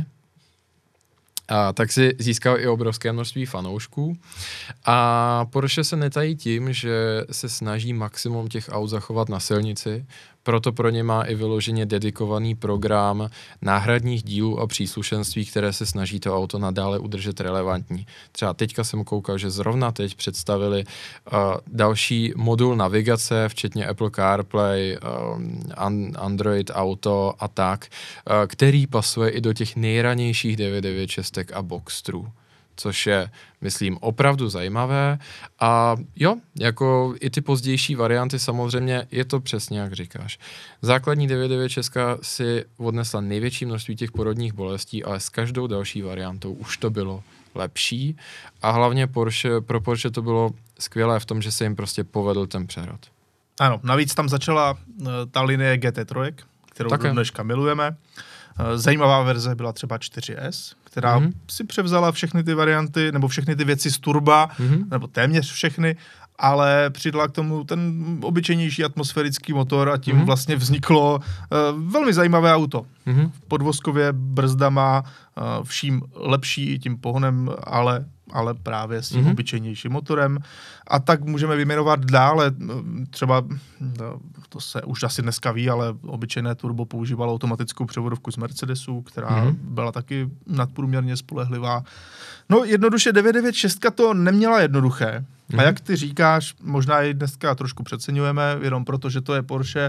Speaker 2: tak si získal i obrovské množství fanoušků a Porsche se netají tím, že se snaží maximum těch aut zachovat na silnici, proto pro ně má i vyloženě dedikovaný program náhradních dílů a příslušenství, které se snaží to auto nadále udržet relevantní. Třeba teďka jsem koukal, že zrovna teď představili další modul navigace, včetně Apple CarPlay, Android Auto a tak, který pasuje i do těch nejranějších 996 a Boxsterů, což je, myslím, opravdu zajímavé. A jo, jako i ty pozdější varianty samozřejmě je to přesně, jak říkáš. Základní 996 si odnesla největší množství těch porodních bolestí, ale s každou další variantou už to bylo lepší a hlavně pro Porsche to bylo skvělé v tom, že se jim prostě povedl ten přerod.
Speaker 1: Ano, navíc tam začala ta linie GT3, kterou do dneška milujeme. Zajímavá verze byla třeba 4S, která si převzala všechny ty varianty, nebo všechny ty věci z turba, nebo téměř všechny, ale přidala k tomu ten obyčejnější atmosférický motor a tím vlastně vzniklo velmi zajímavé auto. Podvozkově, brzdama, vším lepší tím pohonem, ale právě s tím obyčejnějším motorem. A tak můžeme vyjmenovat dále, třeba, to se už asi dneska ví, ale obyčejné turbo používalo automatickou převodovku z Mercedesu, která byla taky nadprůměrně spolehlivá. No jednoduše 996 to neměla jednoduché. A jak ty říkáš, možná i dneska trošku přeceňujeme, jenom proto, že to je Porsche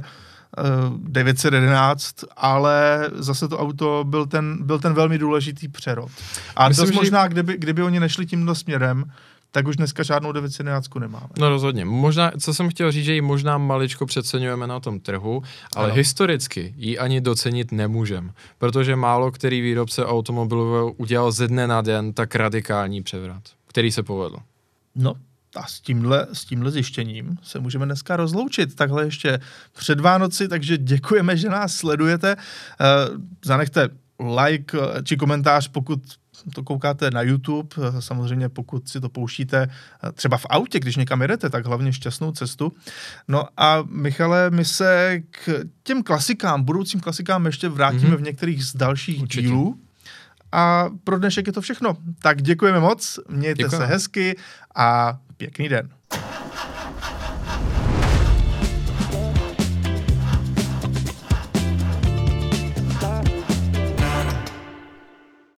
Speaker 1: 911, ale zase to auto byl ten velmi důležitý přerod. A myslím, možná, kdyby oni nešli tímhle směrem, tak už dneska žádnou 911 nemáme.
Speaker 2: No rozhodně. Možná, co jsem chtěl říct, že ji možná maličko přeceňujeme na tom trhu, ale historicky ji ani docenit nemůžeme, protože málo který výrobce automobilového udělal ze dne na den tak radikální převrat, který se povedl.
Speaker 1: No, a s tímhle zjištěním se můžeme dneska rozloučit. Takhle ještě před Vánoci, takže děkujeme, že nás sledujete. Zanechte like či komentář, pokud to koukáte na YouTube, samozřejmě pokud si to pouštíte třeba v autě, když někam jedete, tak hlavně šťastnou cestu. No a Michale, my se k těm klasikám, budoucím klasikám ještě vrátíme v některých z dalších dílů. A pro dnešek je to všechno. Tak děkujeme moc, mějte se hezky a pěkný den.